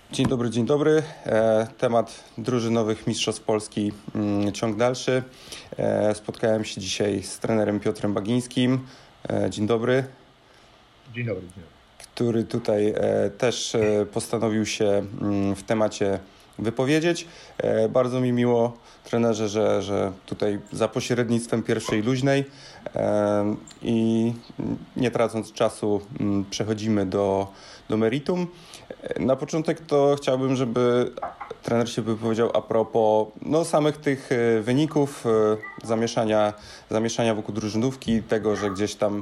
Dzień dobry, dzień dobry. Temat drużynowych mistrzostw Polski, ciąg dalszy. Spotkałem się dzisiaj z trenerem Piotrem Bagińskim. Dzień dobry. Dzień dobry. Który tutaj też postanowił się w temacie wypowiedzieć. Bardzo mi miło, trenerze, że tutaj za pośrednictwem pierwszej luźnej i nie tracąc czasu przechodzimy do meritum. Na początek to chciałbym, żeby trener się wypowiedział a propos samych tych wyników, zamieszania wokół drużynówki, tego, że gdzieś tam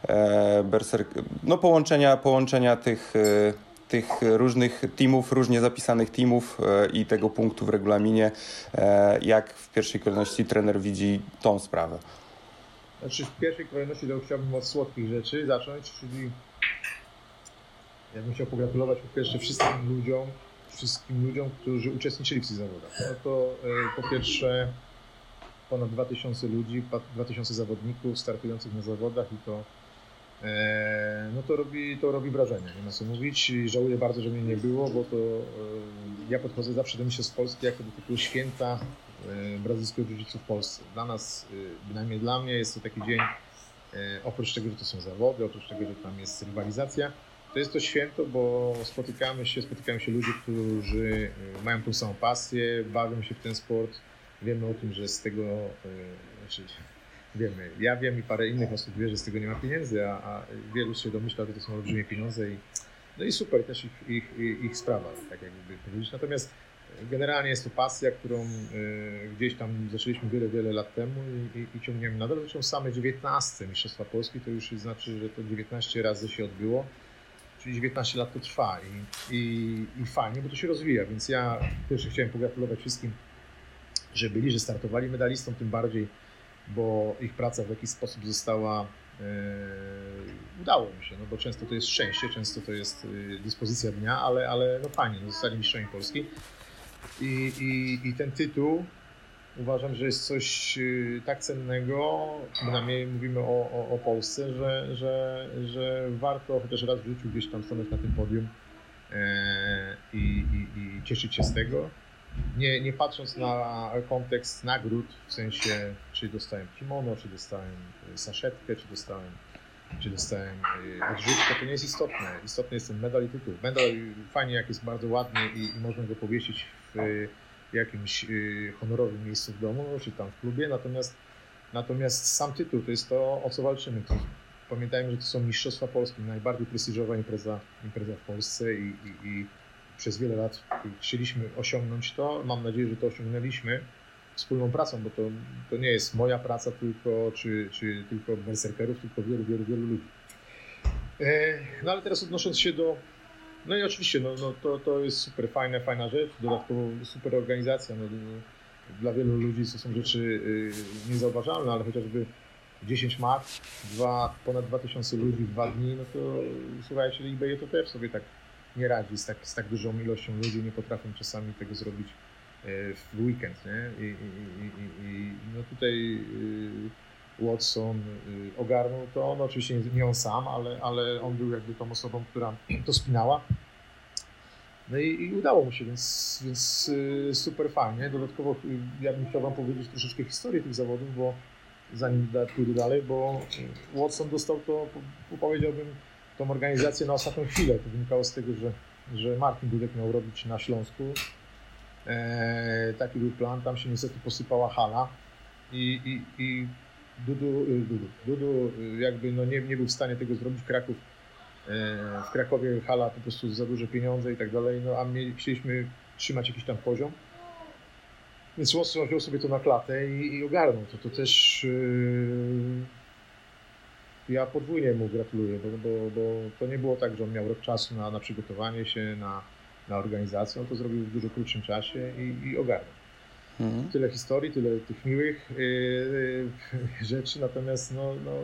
połączenia tych różnych teamów, różnie zapisanych teamów i tego punktu w regulaminie, jak w pierwszej kolejności trener widzi tą sprawę. Znaczy w pierwszej kolejności to chciałbym od słodkich rzeczy zacząć, czyli ja bym chciał pogratulować po pierwsze wszystkim ludziom, którzy uczestniczyli w tych zawodach. No to po pierwsze ponad 2000 ludzi, 2000 zawodników startujących na zawodach i to robi wrażenie, nie ma co mówić. I żałuję bardzo, że mnie nie było, bo to ja podchodzę zawsze do mistrzostw Polski jako do takiego święta brazylijskiego jiu-jitsu w Polsce. Dla nas, bynajmniej dla mnie, jest to taki dzień, oprócz tego, że to są zawody, oprócz tego, że tam jest rywalizacja, to jest to święto, bo spotykają się ludzie, którzy mają tą samą pasję, bawią się w ten sport. Wiemy o tym, że z tego, ja wiem i parę innych osób wie, że z tego nie ma pieniędzy, a wielu się domyśla, że to są olbrzymie pieniądze i super też ich sprawa, tak jakby powiedzieć. Natomiast generalnie jest to pasja, którą gdzieś tam zaczęliśmy wiele lat temu i ciągniemy nadal. Zresztą same 19 Mistrzostwa Polski to już znaczy, że to 19 razy się odbyło, czyli 19 lat to trwa i fajnie, bo to się rozwija, więc ja też chciałem pogratulować wszystkim, że byli, że startowali medalistom, tym bardziej, bo ich praca w jakiś sposób została, udało mi się, no bo często to jest szczęście, często to jest dyspozycja dnia, ale no fajnie, no zostali mistrzami Polski i ten tytuł uważam, że jest coś tak cennego, przynajmniej mówimy o Polsce, że warto chociaż raz w życiu gdzieś tam stanąć na tym podium i cieszyć się z tego. Nie patrząc na kontekst nagród, w sensie czy dostałem kimono, czy dostałem saszetkę, czy dostałem odrzutkę, to nie jest istotne. Istotny jest ten medal i tytuł. Medal fajnie, jak jest bardzo ładny i można go powiesić w jakimś honorowym miejscu w domu, czy tam w klubie, natomiast sam tytuł to jest to, o co walczymy. Pamiętajmy, że to są Mistrzostwa Polski, najbardziej prestiżowa impreza w Polsce i przez wiele lat chcieliśmy osiągnąć to. Mam nadzieję, że to osiągnęliśmy wspólną pracą, bo to nie jest moja praca tylko, czy tylko berserkerów, tylko wielu ludzi. No ale teraz odnosząc się do... No i oczywiście, to jest super fajna rzecz, dodatkowo super organizacja. Dla wielu ludzi to są rzeczy niezauważalne, ale chociażby 10 mat, ponad 2000 ludzi w 2 dni, no to słuchajcie, eBay to też sobie tak nie radzi z tak dużą ilością ludzi, nie potrafią czasami tego zrobić w weekend, nie? I no tutaj Watson ogarnął to, no oczywiście nie on sam, ale on był jakby tą osobą, która to spinała. No i udało mu się, więc super fajnie. Dodatkowo ja bym chciał wam powiedzieć troszeczkę historii tych zawodów, bo zanim pójdę dalej, bo Watson dostał to, powiedziałbym, tą organizację na ostatnią chwilę. To wynikało z tego, że Martin Dudek miał robić na Śląsku. Taki był plan, tam się niestety posypała hala i Dudu jakby nie był w stanie tego zrobić. W Krakowie hala po prostu za duże pieniądze i tak dalej, no a my chcieliśmy trzymać jakiś tam poziom. Więc Watson wziął sobie to na klatę i ogarnął to. To też ja podwójnie mu gratuluję, bo to nie było tak, że on miał rok czasu na przygotowanie się, na organizację. On to zrobił w dużo krótszym czasie i ogarnął. Tyle historii, tyle tych miłych rzeczy, natomiast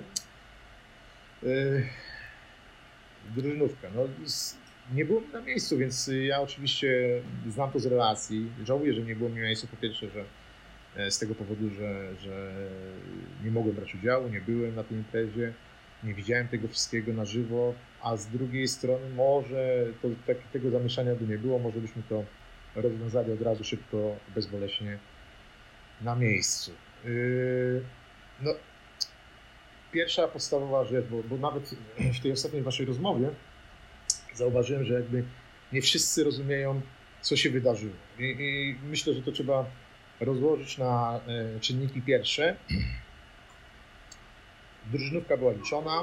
drużynówka. Nie było mi na miejscu, więc ja oczywiście znam to z relacji. Żałuję, że nie było mi na miejscu, po pierwsze, że z tego powodu, że nie mogłem brać udziału, nie byłem na tej imprezie, nie widziałem tego wszystkiego na żywo. a z drugiej strony może tego zamieszania by nie było, może byśmy to rozwiązali od razu szybko, bezboleśnie na miejscu. No, pierwsza podstawowa rzecz, bo nawet w tej ostatniej waszej rozmowie zauważyłem, że jakby nie wszyscy rozumieją, co się wydarzyło. I myślę, że to trzeba rozłożyć na czynniki pierwsze. Drużynówka była liczona,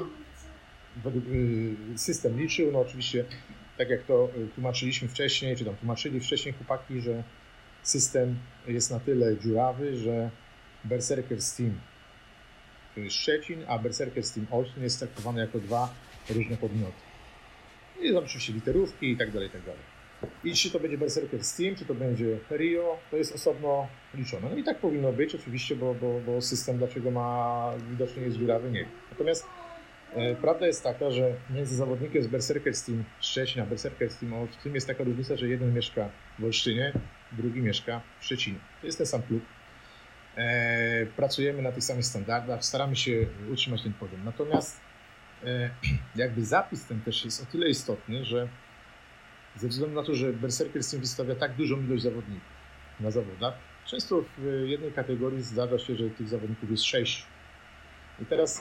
system liczył, no oczywiście tak jak to tłumaczyliśmy wcześniej, czy tam tłumaczyli wcześniej chłopaki, że system jest na tyle dziurawy, że Berserkers Team to jest Szczecin, a Berserkers Team Olsztyn jest traktowany jako dwa różne podmioty. I tam oczywiście literówki i tak dalej, i tak dalej. I czy to będzie Berserkers Team, czy to będzie Rio, to jest osobno liczone. No i tak powinno być oczywiście, bo system dlaczego ma widocznie jest dziurawy, nie wiem. Natomiast prawda jest taka, że między zawodnikiem z Berserkers Team Szczecin a Berserkers Team Olsztyn jest taka różnica, że jeden mieszka w Olsztynie, drugi mieszka w Szczecinie. To jest ten sam klub. Pracujemy na tych samych standardach, staramy się utrzymać ten poziom. Natomiast jakby zapis ten też jest o tyle istotny, że ze względu na to, że Berserkers Team wystawia tak dużą ilość zawodników na zawodach, często w jednej kategorii zdarza się, że tych zawodników jest 6. I teraz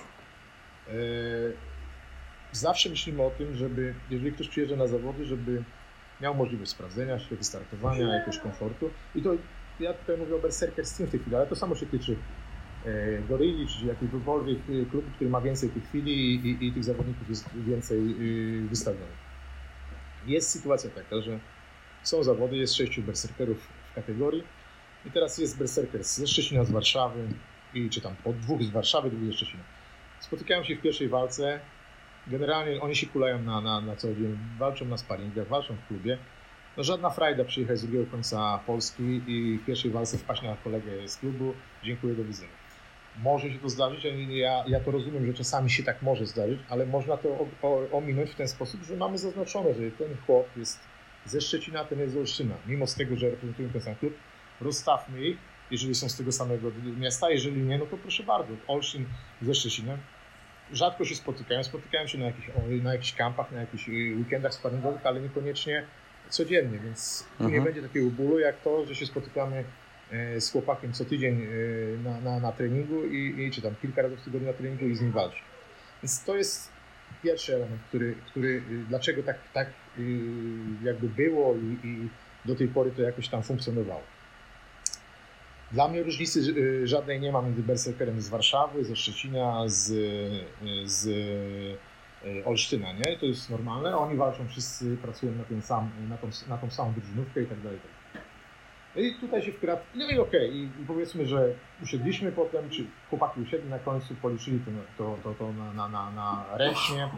zawsze myślimy o tym, żeby, jeżeli ktoś przyjeżdża na zawody, żeby miał możliwość sprawdzenia się, wystartowania, jakiegoś komfortu. I to ja tutaj mówię o Berserkers Team w tej chwili, ale to samo się tyczy Gorilli, czy jakiegokolwiek klubu, który ma więcej tych chwili i tych zawodników jest więcej wystawionych. Jest sytuacja taka, że są zawody, jest 6 berserkerów w kategorii i teraz jest berserkers ze Szczecina, z Warszawy czy tam po 2 z Warszawy, drugi ze Szczecina. Spotykają się w pierwszej walce, generalnie oni się kulają na co dzień, walczą na sparingach, walczą w klubie. No żadna frajda przyjechać z drugiego końca Polski i w pierwszej walce wpaść na kolegę z klubu, dziękuję, do widzenia. Może się to zdarzyć, ja to rozumiem, że czasami się tak może zdarzyć, ale można to ominąć w ten sposób, że mamy zaznaczone, że ten chłop jest ze Szczecina, ten jest z Olsztyna. Mimo z tego, że reprezentują ten sam klub, rozstawmy ich, jeżeli są z tego samego miasta, jeżeli nie, no to proszę bardzo, Olsztyn ze Szczecinem. Rzadko się spotykają się na jakichś kampach, na jakichś weekendach sparingowych, ale niekoniecznie codziennie, więc tu nie będzie takiego bólu jak to, że się spotykamy z chłopakiem co tydzień na treningu czy tam kilka razy w tygodniu na treningu i z nim walczy. Więc to jest pierwszy element, który dlaczego tak jakby było i do tej pory to jakoś tam funkcjonowało. Dla mnie różnicy żadnej nie ma między berserkerem z Warszawy, ze Szczecina, z Olsztyna, nie? To jest normalne, oni walczą, wszyscy pracują na tą samą drużynówkę i tak dalej. No i tutaj się wkradł, no i okej, i powiedzmy, że usiedliśmy potem, czy chłopaki usiedli na końcu, policzyli to na ręcznie.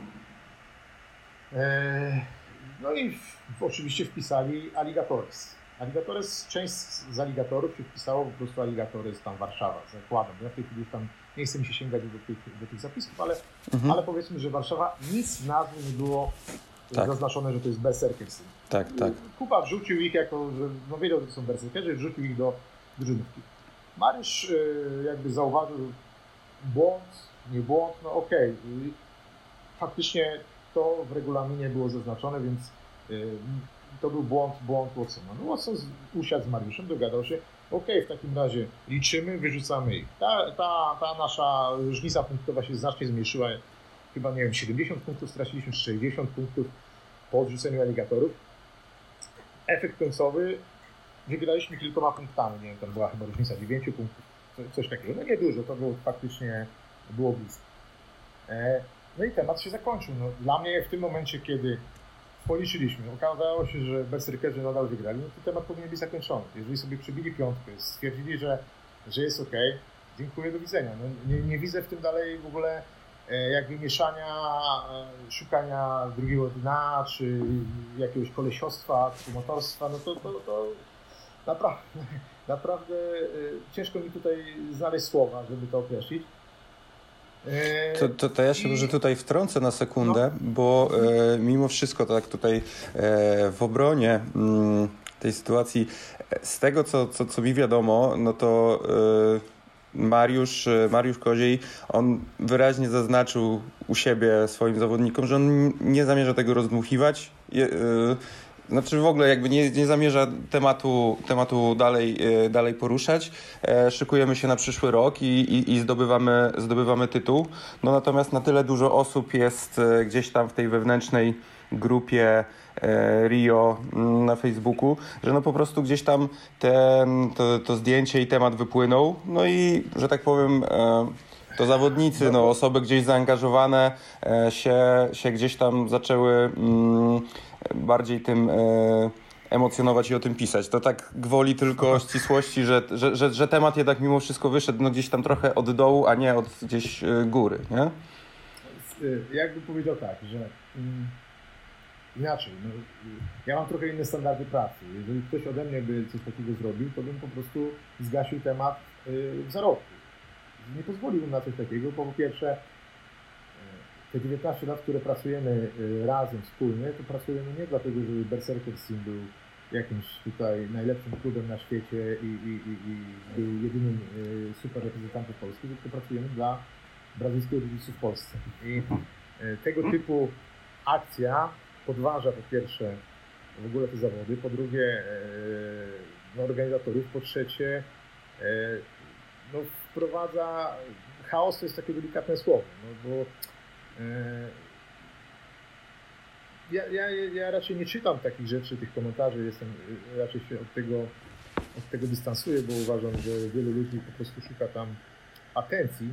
No i oczywiście wpisali Alligatores. Część z aligatorów się wpisało po prostu Alligatores tam Warszawa, zakładam. Ja w tej chwili już tam nie chcę mi się sięgać do tych zapisków, ale powiedzmy, że Warszawa, nic w nazwie nie było zaznaczone, że to jest Berserkers. Tak. Kuba wrzucił ich jako, że no wiedział, że to są berserkerzy, wrzucił ich do drużynówki. Mariusz jakby zauważył nie błąd, no okej. Faktycznie to w regulaminie było zaznaczone, więc to był błąd Watsona. No Watson usiadł z Mariuszem, dogadał się, okej, w takim razie liczymy, wyrzucamy ich. Ta nasza różnica punktowa się znacznie zmniejszyła. Chyba, nie wiem, 70 punktów straciliśmy, 60 punktów po odrzuceniu aligatorów. Efekt końcowy, wygraliśmy kilkoma punktami, nie wiem, tam była chyba różnica 9 punktów, coś takiego. No niedużo, to było faktycznie blisko. No i temat się zakończył. No, dla mnie w tym momencie, kiedy policzyliśmy, okazało się, że berserkerzy nadal wygrali, no to temat powinien być zakończony. Jeżeli sobie przebili piątkę, stwierdzili, że jest ok, dziękuję, do widzenia. No, nie widzę w tym dalej w ogóle jakby mieszania, szukania drugiego dna, czy jakiegoś kolesiostwa, czy motorstwa, no to naprawdę ciężko mi tutaj znaleźć słowa, żeby to określić. To ja się może tutaj wtrącę na sekundę, bo mimo wszystko tak tutaj w obronie tej sytuacji, z tego co mi wiadomo, no to Mariusz Koziej, on wyraźnie zaznaczył u siebie swoim zawodnikom, że on nie zamierza tego rozdmuchiwać. Znaczy w ogóle jakby nie zamierza tematu dalej poruszać. Szykujemy się na przyszły rok i zdobywamy tytuł. No natomiast na tyle dużo osób jest gdzieś tam w tej wewnętrznej grupie Rio na Facebooku, że no po prostu gdzieś tam to zdjęcie i temat wypłynął. No i że tak powiem to zawodnicy, no osoby gdzieś zaangażowane się gdzieś tam zaczęły bardziej tym emocjonować i o tym pisać. To tak gwoli tylko ścisłości, że temat jednak mimo wszystko wyszedł no gdzieś tam trochę od dołu, a nie od gdzieś góry, nie? Jakbym powiedział tak, że inaczej, no, ja mam trochę inne standardy pracy. Jeżeli ktoś ode mnie by coś takiego zrobił, to bym po prostu zgasił temat w zarobku. Nie pozwoliłbym na coś takiego, bo po pierwsze te 19 lat, które pracujemy razem, wspólnie, to pracujemy nie dlatego, że Berserker Steam był jakimś tutaj najlepszym klubem na świecie i był jedynym super reprezentantem Polski, tylko pracujemy dla brazylijskiego jiu-jitsu w Polsce. I tego typu akcja podważa po pierwsze w ogóle te zawody, po drugie organizatorów, po trzecie no, wprowadza chaos, to jest takie delikatne słowo, no bo ja raczej nie czytam takich rzeczy, tych komentarzy, raczej się od tego dystansuję, bo uważam, że wielu ludzi po prostu szuka tam atencji.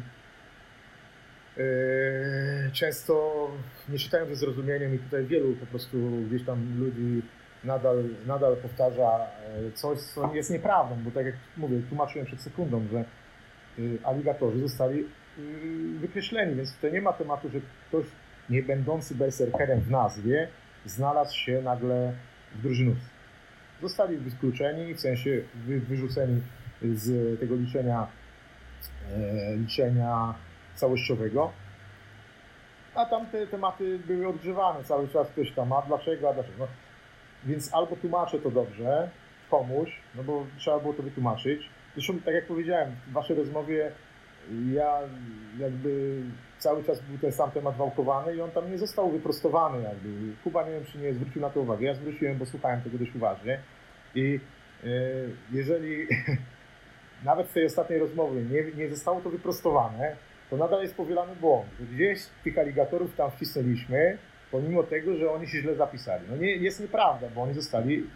Często nie czytają ze zrozumieniem i tutaj wielu po prostu gdzieś tam ludzi nadal powtarza coś, co jest nieprawdą, bo tak jak mówię, tłumaczyłem przed sekundą, że aligatorzy zostali wykreśleni, więc tutaj nie ma tematu, że ktoś nie będący berserkerem w nazwie znalazł się nagle w drużynówce. Zostali wykluczeni, w sensie wyrzuceni z tego liczenia całościowego, a tam te tematy były odgrzewane cały czas, ktoś tam a dlaczego. No, więc albo tłumaczę to dobrze komuś, no bo trzeba było to wytłumaczyć. Zresztą tak jak powiedziałem, w waszej rozmowie ja jakby cały czas był ten sam temat wałkowany i on tam nie został wyprostowany jakby. Kuba nie wiem, czy nie zwrócił na to uwagę. Ja zwróciłem, bo słuchałem tego dość uważnie i jeżeli nawet w tej ostatniej rozmowie nie zostało to wyprostowane, to nadal jest powielany błąd, że gdzieś tych aligatorów tam wcisnęliśmy, pomimo tego, że oni się źle zapisali. No nie, jest nieprawda, bo oni zostali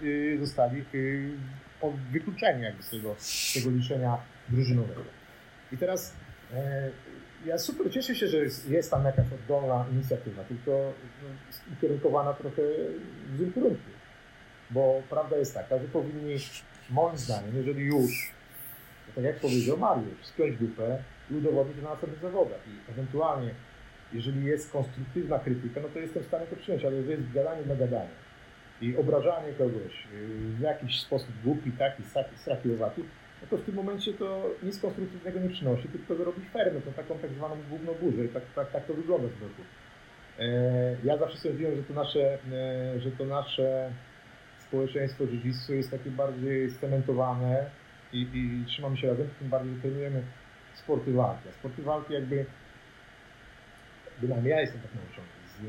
wykluczeni jakby z tego liczenia drużynowego. I teraz ja super cieszę się, że jest tam jakaś oddolna inicjatywa, tylko ukierunkowana trochę w złym kierunku. Bo prawda jest taka, że powinni, moim zdaniem, jeżeli już, to tak jak powiedział Mariusz, spiąć dupę i udowodnić to na następnych zawodach. I ewentualnie, jeżeli jest konstruktywna krytyka, no to jestem w stanie to przyjąć, ale jeżeli jest gadanie na gadanie i obrażanie kogoś w jakiś sposób głupi, taki, sraki, owaki, no to w tym momencie to nic konstruktywnego nie przynosi, tylko zrobić fermę, to taką tak zwaną główną burzę i tak to wygląda z boku. Ja zawsze sądziłem, że to nasze społeczeństwo jiu-jitsu jest takie bardziej scementowane i trzymamy się razem, tym bardziej trenujemy sporty walki. A sporty walki jakby, bynajmniej ja jestem tak nauczony,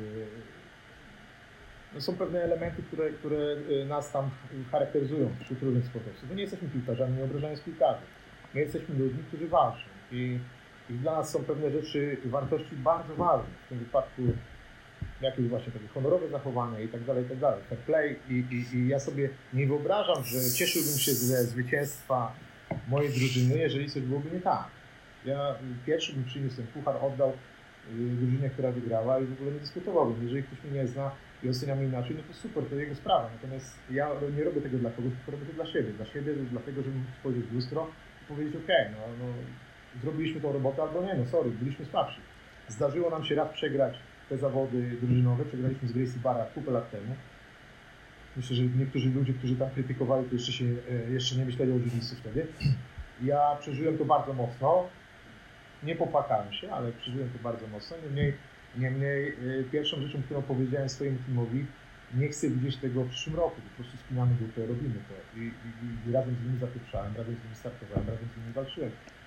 no są pewne elementy, które nas tam charakteryzują wśród różnych sportowców. My nie jesteśmy piłkarzami, nie obrażając piłkarzy. My jesteśmy ludźmi, którzy walczą i dla nas są pewne rzeczy, wartości bardzo ważne. W tym wypadku jakieś właśnie takie honorowe zachowania i tak dalej, fair play i ja sobie nie wyobrażam, że cieszyłbym się ze zwycięstwa mojej drużyny, jeżeli coś byłoby nie tak. Ja pierwszy bym przyniósł ten puchar, oddał drużynie, która wygrała i w ogóle nie dyskutowałbym. Jeżeli ktoś mnie nie zna i ocenia mnie inaczej, no to super, to jego sprawa. Natomiast ja nie robię tego dla kogoś, tylko robię to dla siebie. Dla siebie, dlatego, żeby spojrzeć w lustro i powiedzieć, no zrobiliśmy tą robotę albo nie, no sorry, byliśmy słabsi. Zdarzyło nam się raz przegrać te zawody drużynowe, przegraliśmy z Gracie Barra kupę lat temu. Myślę, że niektórzy ludzie, którzy tam krytykowali, to jeszcze nie myśleli o jiu-jitsu wtedy. Ja przeżyłem to bardzo mocno. Nie popłakałem się, ale przeżyłem to bardzo mocno. Niemniej pierwszą rzeczą, którą powiedziałem swojemu teamowi, nie chcę widzieć tego w przyszłym roku. Po prostu spinamy dupę, robimy to. I razem z nimi zapieprzałem, razem z nimi startowałem, razem z nimi walczyłem.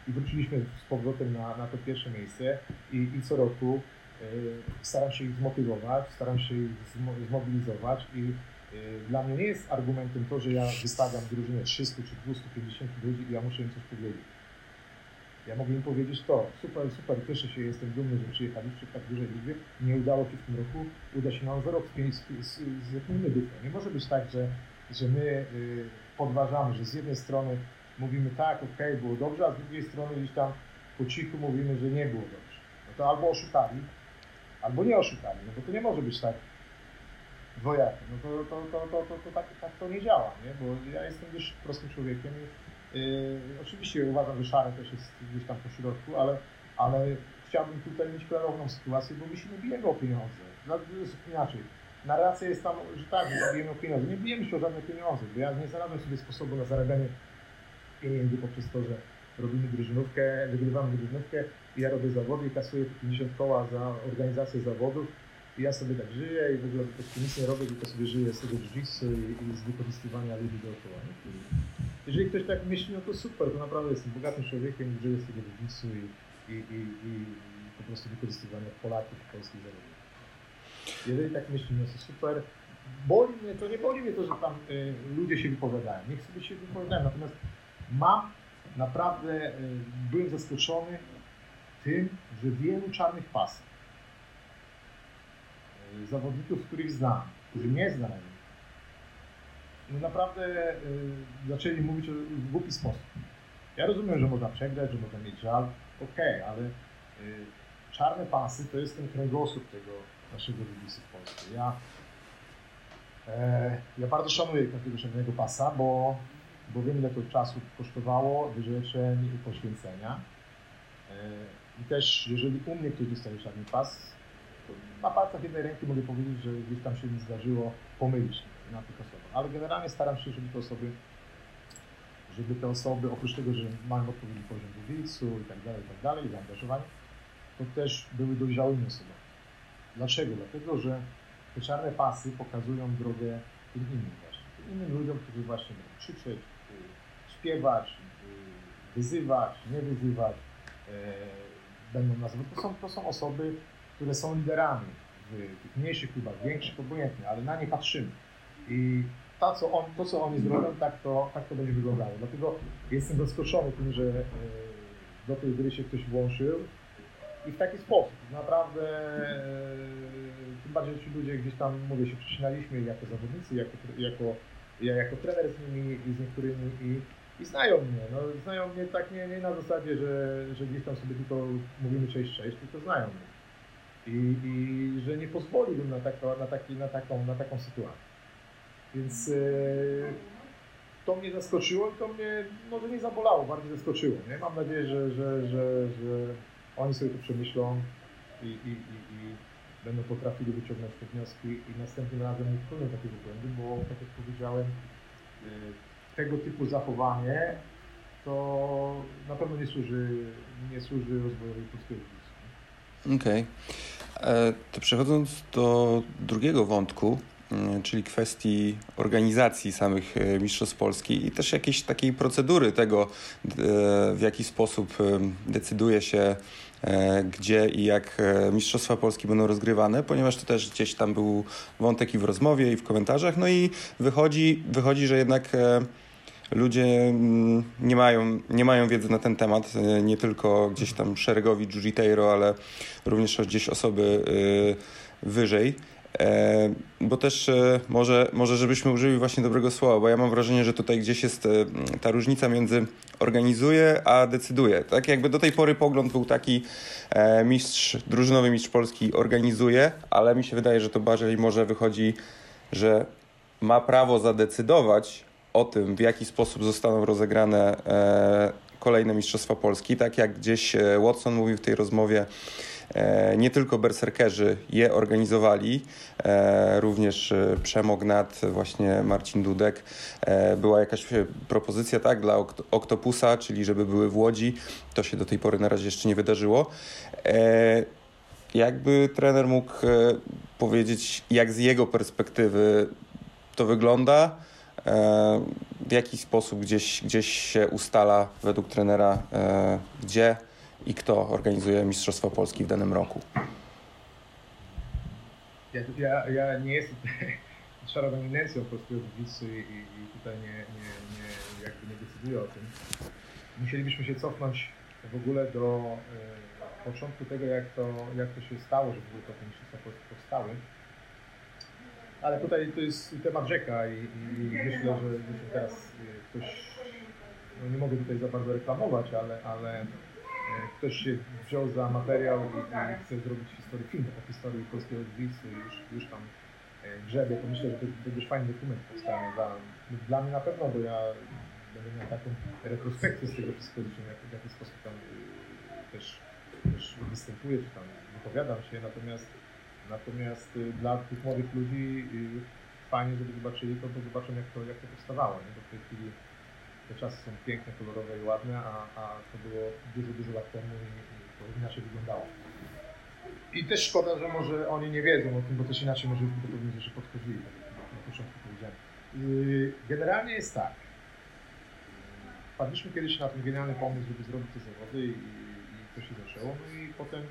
i wróciliśmy z powrotem na to pierwsze miejsce i co roku staram się ich zmotywować, staram się ich zmobilizować i dla mnie nie jest argumentem to, że ja wystawiam drużynę 300 czy 250 ludzi i ja muszę im coś powiedzieć. Ja mogę im powiedzieć to, super, cieszę się, jestem dumny, że przyjechaliście w tak dużej liczbie, nie udało się w tym roku, uda się nam za rok z jakimś duchem. Nie może być tak, że my podważamy, że z jednej strony mówimy tak, okej, było dobrze, a z drugiej strony gdzieś tam po cichu mówimy, że nie było dobrze. No to albo oszukali, albo nie oszukali, no bo to nie może być tak dwojako. No to tak to nie działa, nie? Bo ja jestem dość prostym człowiekiem i oczywiście uważam, że szary też jest gdzieś tam po środku, ale chciałbym tutaj mieć klarowną sytuację, bo my się nie bijemy o pieniądze. Inaczej, narracja jest tam, że tak, że bijemy o pieniądze. Nie bijemy się o żadne pieniądze, bo ja nie znalazłem sobie sposobu na zarabianie pieniędzy poprzez to, że robimy drużynówkę, wygrywamy drużynówkę i ja robię zawody i kasuję 50 koła za organizację zawodów i ja sobie tak żyję i w ogóle nic nie robię, tylko sobie żyję z tego jiu-jitsu i z wykorzystywania ludzi dookoła. Jeżeli ktoś tak myśli, no to super, to naprawdę jestem bogatym człowiekiem i żyję z tego jiu-jitsu i po prostu wykorzystywania Polaków w polskich zawodach. Jeżeli tak myśli, no to super. Nie boli mnie to, że tam ludzie się wypowiadają. Niech sobie się wypowiadają, natomiast byłem zaskoczony tym, że wielu czarnych pasów, zawodników, których znam, którzy nie znają, no naprawdę zaczęli mówić w głupi sposób. Ja rozumiem, że można przegrać, że można mieć żal, okej, ale czarne pasy to jest ten kręgosłup tego naszego jiu-jitsu w Polsce. Ja bardzo szanuję każdego czarnego pasa, bo wiem, ile to czasu kosztowało, wyrzeczeń i poświęcenia. I też, jeżeli u mnie ktoś dostaje czarny pas, to na palcach jednej ręki mogę powiedzieć, że gdzieś tam się mi zdarzyło pomylić na tych osobach. Ale generalnie staram się, żeby te osoby, oprócz tego, że mają odpowiedni poziom jiu-jitsu i tak dalej, zaangażowanie, to też były dojrzałymi osobami. Dlaczego? Dlatego, że te czarne pasy pokazują drogę tym innym właśnie. Tym innym ludziom, którzy właśnie będą krzyczeć, śpiewać, wyzywać, nie wyzywać, będą nazywać. To są osoby, które są liderami w tych mniejszych klubach, większych, obojętnie, ale na nie patrzymy. I to, co oni zrobią, tak to będzie wyglądało. Dlatego jestem zaskoczony tym, że do tej gry się ktoś włączył i w taki sposób. Naprawdę, tym bardziej ci ludzie gdzieś tam, mówię, się przycinaliśmy jako zawodnicy, ja jako trener z nimi i z niektórymi i znają mnie. No, znają mnie tak nie na zasadzie, że gdzieś tam sobie tylko mówimy cześć, tylko znają mnie. I że nie pozwoliłbym na taką sytuację. Więc to mnie zaskoczyło i to mnie może nie zabolało, bardziej zaskoczyło. Nie? Mam nadzieję, że oni sobie to przemyślą i będą potrafili wyciągnąć te wnioski i następnym razem nie popełnią takiego błędu, bo tak jak powiedziałem, tego typu zachowanie to na pewno nie służy rozwojowi polskiego jiu-jitsu. Okej. To przechodząc do drugiego wątku, czyli kwestii organizacji samych Mistrzostw Polski i też jakiejś takiej procedury tego, w jaki sposób decyduje się, gdzie i jak Mistrzostwa Polski będą rozgrywane, ponieważ to też gdzieś tam był wątek i w rozmowie, i w komentarzach, no i wychodzi, że jednak ludzie nie mają wiedzy na ten temat, nie tylko gdzieś tam szeregowi jiu-jiteiro, ale również gdzieś osoby wyżej. Bo też może żebyśmy użyli właśnie dobrego słowa, bo ja mam wrażenie, że tutaj gdzieś jest ta różnica organizuje, a decyduje. Tak jakby do tej pory pogląd był taki, drużynowy mistrz Polski organizuje, ale mi się wydaje, że to bardziej może wychodzi, że ma prawo zadecydować o tym, w jaki sposób zostaną rozegrane kolejne Mistrzostwa Polski. Tak jak gdzieś Watson mówił w tej rozmowie, nie tylko berserkerzy je organizowali, również Przemo Gnat, właśnie Marcin Dudek. Była jakaś propozycja dla Octopusa, czyli żeby były w Łodzi. To się do tej pory na razie jeszcze nie wydarzyło. Jakby trener mógł powiedzieć, jak z jego perspektywy to wygląda? w jaki sposób gdzieś się ustala według trenera, gdzie i kto organizuje Mistrzostwa Polski w danym roku? Ja nie jestem szarą eminencją polskiego jiu-jitsu i tutaj nie decyduję o tym. Musielibyśmy się cofnąć w ogóle do początku tego, jak to się stało, że w ogóle te Mistrzostwa Polskie powstały. Ale tutaj to jest temat rzeka i myślę, że teraz ktoś, no nie mogę tutaj za bardzo reklamować, ale ktoś się wziął za materiał i chce zrobić film o historii polskiego jiu-jitsu i już tam grzebie, to myślę, że to będzie fajny dokument powstanie dla mnie na pewno, bo ja będę miał taką retrospekcję z tego wszystkiego, w jaki sposób tam też występuję, czy tam wypowiadam się, natomiast dla tych młodych ludzi fajnie, żeby zobaczyli to, bo zobaczą jak to powstawało, nie? Bo w tej chwili te czasy są piękne, kolorowe i ładne, a to było dużo lat temu i to inaczej wyglądało. I też szkoda, że może oni nie wiedzą o tym, bo też inaczej może do tego będzie, że podchodzili, tak na początku powiedziałem. Generalnie jest tak. Wpadliśmy kiedyś na ten genialny pomysł, żeby zrobić te zawody i to się zaczęło. No i potem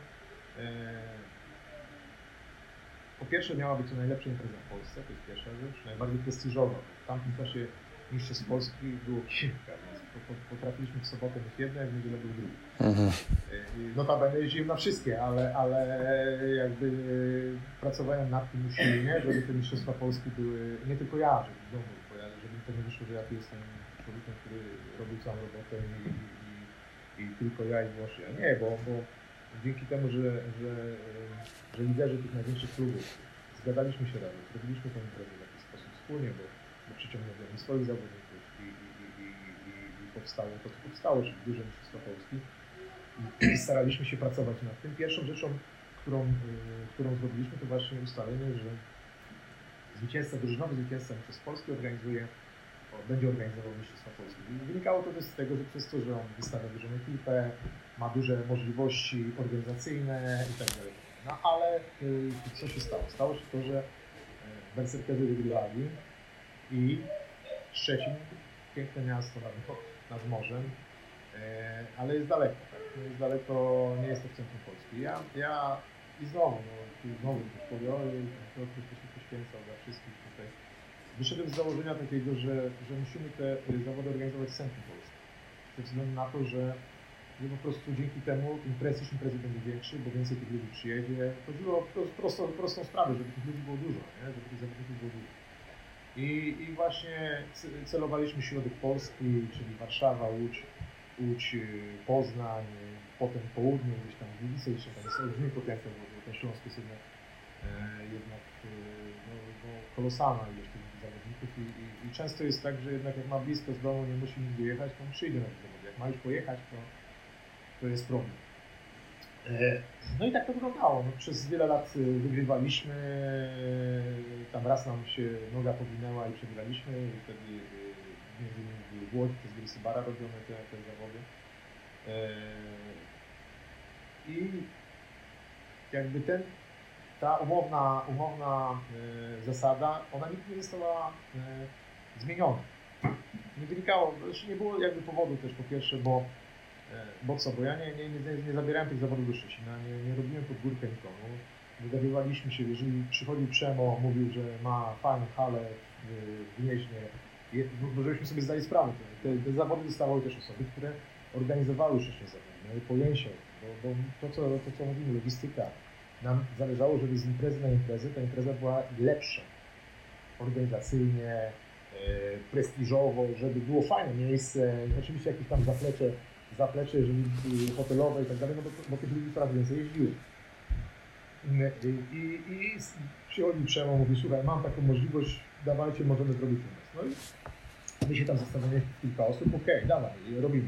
po pierwsze miała być to najlepsza impreza w Polsce, to jest pierwsza rzecz, najbardziej prestiżowa. W tamtym czasie mistrzostw Polski było kilka, więc potrafiliśmy w sobotę mieć jedne, w niedzielę był drugi. Notabene jeździłem na wszystkie, ale jakby pracowałem nad tym usilnie, żeby te mistrzostwa Polski były, nie tylko ja, żeby w domu, żeby to nie wyszło, że ja tu jestem człowiekiem, który robił całą robotę i tylko ja i wyłącznie ja. Nie, bo dzięki temu, że liderzy tych największych klubów zgadaliśmy się razem, zrobiliśmy tę imprezę w jakiś sposób wspólnie, bo przyciągnęliśmy swoich zawodników i powstało to, co powstało, czyli duże mistrzostwa Polski. I staraliśmy się pracować nad tym. Pierwszą rzeczą, którą zrobiliśmy, to właśnie ustalenie, że drużynowy zwycięzca mistrzostw Polski będzie organizował mistrzostwa Polskie. I wynikało to też z tego, że przez to, że on wystawia dużą ekipę, ma duże możliwości organizacyjne i tak dalej. No ale co się stało? Stało się to, że berserkerzy wygrywali i Szczecin, piękne miasto nad morzem, ale jest daleko, tak? Jest daleko, nie jest to w centrum Polski. I znowu ktoś powie, ktoś się poświęcał dla wszystkich tutaj. Wyszedłem z założenia takiego, że musimy te zawody organizować w centrum Polski. Ze względu na to, że po prostu dzięki temu ten prestiż imprezy będzie większy, bo więcej tych ludzi przyjedzie. Chodziło o prostą sprawę, żeby tych ludzi było dużo, nie? Żeby tych zawodników było dużo. I właśnie celowaliśmy środek Polski, czyli Warszawa, Łódź, Poznań, potem południe, gdzieś tam Gliwice, jeszcze tam jest olbrzymi potencjał, bo ten Śląsk jest jednak kolosalna ilość tych zawodników i często jest tak, że jednak jak ma blisko z domu, nie musi nigdzie jechać, to on przyjdzie na te zawody. Jak ma już pojechać, to jest problem. No i tak to wyglądało. No, przez wiele lat wygrywaliśmy, tam raz nam się noga powinęła i przegraliśmy i wtedy między innymi w Łodzi przez Grisybara robione te zawody. I jakby ta umowna zasada, ona nigdy nie została zmieniona. Nie wynikało, znaczy nie było jakby powodu też po pierwsze, bo ja nie zabierałem tych zawodów do Szczecina, nie robiłem pod górkę nikomu. Dogadywaliśmy się, jeżeli przychodził Przemo, mówił, że ma fajną halę w Gnieźnie, bo żebyśmy sobie zdali sprawę, te zawody dostawały też osoby, które organizowały wcześniej zawody, miały pojęcie, bo to co mówimy, logistyka, nam zależało, żeby z imprezy na imprezę ta impreza była lepsza organizacyjnie, prestiżowo, żeby było fajne miejsce, oczywiście jakieś tam zaplecze, jeżeli hotelowe i tak dalej, no bo tych ludzi coraz więcej jeździło. I przychodzi Przemo, mówi, słuchaj, mam taką możliwość, dawajcie, możemy zrobić u nas. No i my się tam zastanawialiśmy kilka osób, okej, dawaj, robimy.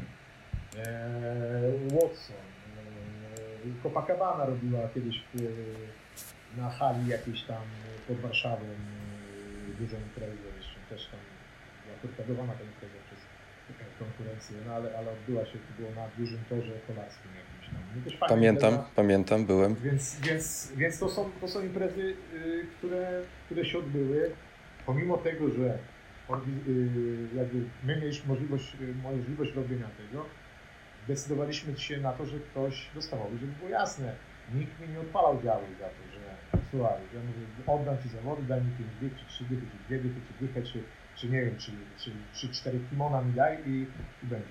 Watson, Copacabana robiła kiedyś na hali jakiejś tam pod Warszawą dużą imprezę, jeszcze też tam była torpedowana ta impreza przez konkurencję, no ale odbyła się, to było na dużym torze kolarskim jakimś tam. No też Pamiętam, byłem. Więc to są imprezy, które się odbyły, pomimo tego, że jakby my mieliśmy możliwość robienia tego, decydowaliśmy się na to, że ktoś dostawał, żeby było jasne. Nikt mi nie odpalał działu za to, że słuchaj, ja mówię, oddam Ci zawody, daj mi 5 dych, czy 3 dychy, czy 2 dychy, czy dychę, czy nie wiem, czy 4 kimona mi daj i będzie.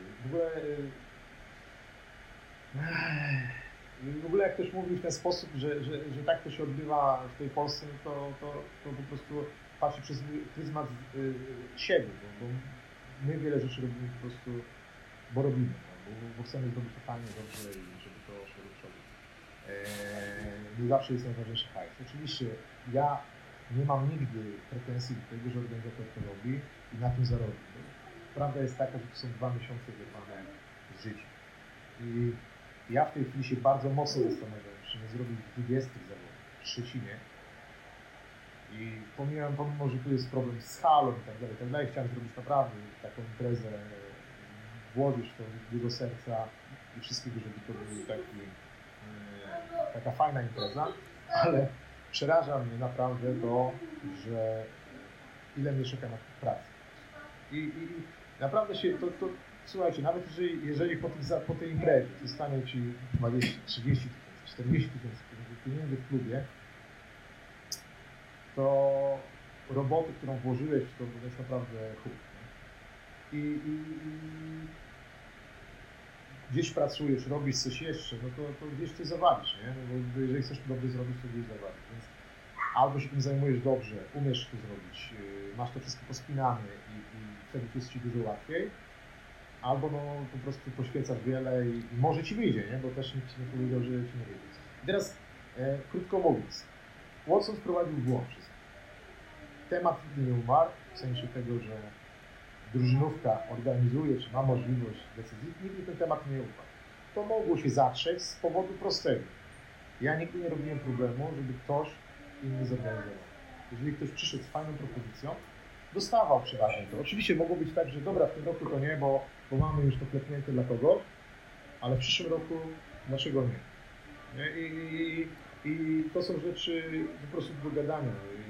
W ogóle jak ktoś mówi w ten sposób, że tak to się odbywa w tej Polsce, no to po prostu patrzy przez pryzmat siebie, bo my wiele rzeczy robimy po prostu, bo robimy, bo chcemy zrobić to fajnie, dobrze i żeby to szło do przodu. Nie zawsze jest najważniejszy hajs. Oczywiście ja nie mam nigdy pretensji do tego, że organizator to robi i na tym zarobi. Prawda jest taka, że to są 2 miesiące wyrwane z życia. I ja w tej chwili się bardzo mocno zastanawiam, czy nie zrobić 20 zawodów w Szczecinie. I pomimo, że tu jest problem z halą i tak dalej, chciałem zrobić naprawdę taką imprezę, włożyć w to dużo serca i wszystkiego, żeby to był taka fajna impreza, ale przeraża mnie naprawdę to, że ile mnie czeka na pracę. I naprawdę się to słuchajcie, nawet jeżeli po tej imprezie zostanie Ci 20, 30 tysięcy, 40 tysięcy pieniędzy w klubie, to roboty, którą włożyłeś w to jest naprawdę chuj. I gdzieś pracujesz, robisz coś jeszcze, no to gdzieś coś zawalisz, nie? No bo jeżeli chcesz to dobrze zrobić, to gdzieś zawalisz. Więc albo się tym zajmujesz dobrze, umiesz to zrobić, masz to wszystko pospinane i wtedy to jest Ci dużo łatwiej, albo no po prostu poświęcasz wiele i może Ci wyjdzie, nie? Bo też nikt Ci nie powiedział, że Ci nie wyjdzie. I teraz, krótko mówiąc, Watson wprowadził w błąd wszystko. Temat nigdy nie umarł, w sensie tego, że drużynówka organizuje, czy ma możliwość decyzji, nigdy ten temat nie upadł. To mogło się zatrzeć z powodu prostego. Ja nigdy nie robiłem problemu, żeby ktoś inny zorganizował. Jeżeli ktoś przyszedł z fajną propozycją, dostawał przeważnie to. Oczywiście mogło być tak, że dobra, w tym roku to nie, bo mamy już to klepnięte dla kogoś, ale w przyszłym roku dlaczego nie? I to są rzeczy po prostu do gadania.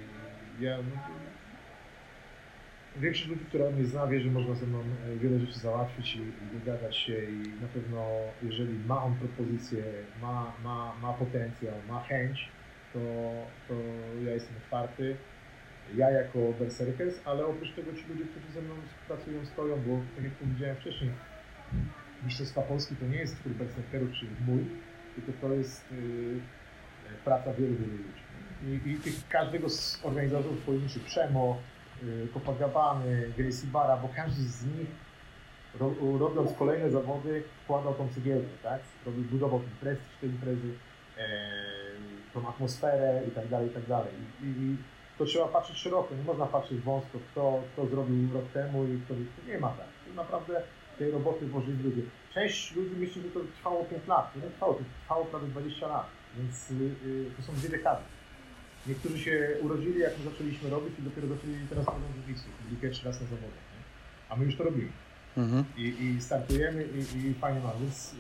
Większość ludzi, która mnie zna, wie, że można ze mną wiele rzeczy załatwić i dogadać się i na pewno, jeżeli ma on propozycję, ma potencjał, ma chęć, to ja jestem otwarty. Ja jako Berserkers, ale oprócz tego ci ludzie, którzy ze mną pracują, stoją, bo tak jak powiedziałem wcześniej, Mistrzostwa Polski to nie jest twór Berserkerów, czyli mój, tylko to jest praca wielu ludzi. I każdego z organizatorów pojedynczych, Przemo, Copacabany, Gracie Barra, bo każdy z nich robiąc kolejne zawody wkładał tą cegiełkę, tak? Budował ten prestiż tej imprezy, tą atmosferę i tak dalej, i tak dalej. I to trzeba patrzeć szeroko, nie można patrzeć wąsko, kto zrobił rok temu i kto nie ma tak. To naprawdę tej roboty włożyli ludzie. Część ludzi myśli, że to trwało 5 lat, to nie trwało, to trwało prawie 20 lat, więc to są 2 dekady. Niektórzy się urodzili, jak my zaczęliśmy robić i dopiero zaczęli teraz robić publikę pierwszy raz na zawodach, nie? A my już to robimy. I startujemy i fajnie mamy, więc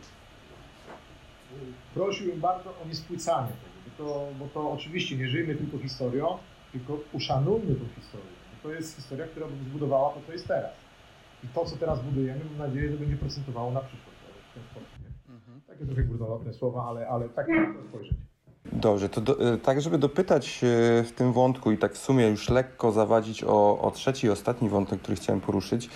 prosiłbym bardzo o niespłycanie tego, bo to oczywiście nie żyjmy tylko historią, tylko uszanujmy tą historię. Bo to jest historia, która zbudowała to, co jest teraz. I to, co teraz budujemy, mam nadzieję, że będzie procentowało na przyszłość w ten sposób. Takie trochę górnolotne słowa, ale tak można spojrzeć. Dobrze, to tak żeby dopytać w tym wątku i tak w sumie już lekko zawadzić o trzeci i ostatni wątek, który chciałem poruszyć.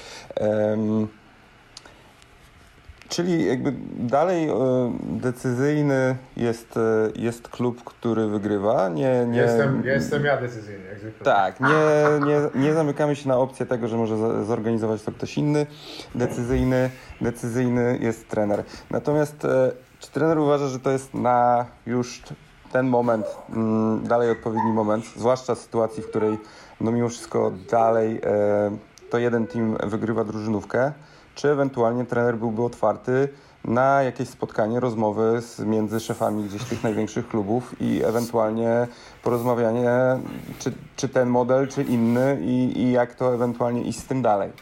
Czyli jakby dalej decyzyjny jest klub, który wygrywa. Jestem ja decyzyjny, jak zwykle. Tak, nie zamykamy się na opcję tego, że może zorganizować to ktoś inny. Decyzyjny jest trener. Natomiast czy trener uważa, że to jest na już ten moment, dalej odpowiedni moment, zwłaszcza w sytuacji, w której no mimo wszystko dalej to jeden team wygrywa drużynówkę, czy ewentualnie trener byłby otwarty na jakieś spotkanie, rozmowy między szefami gdzieś tych największych klubów i ewentualnie porozmawianie, czy ten model, czy inny i jak to ewentualnie iść z tym dalej?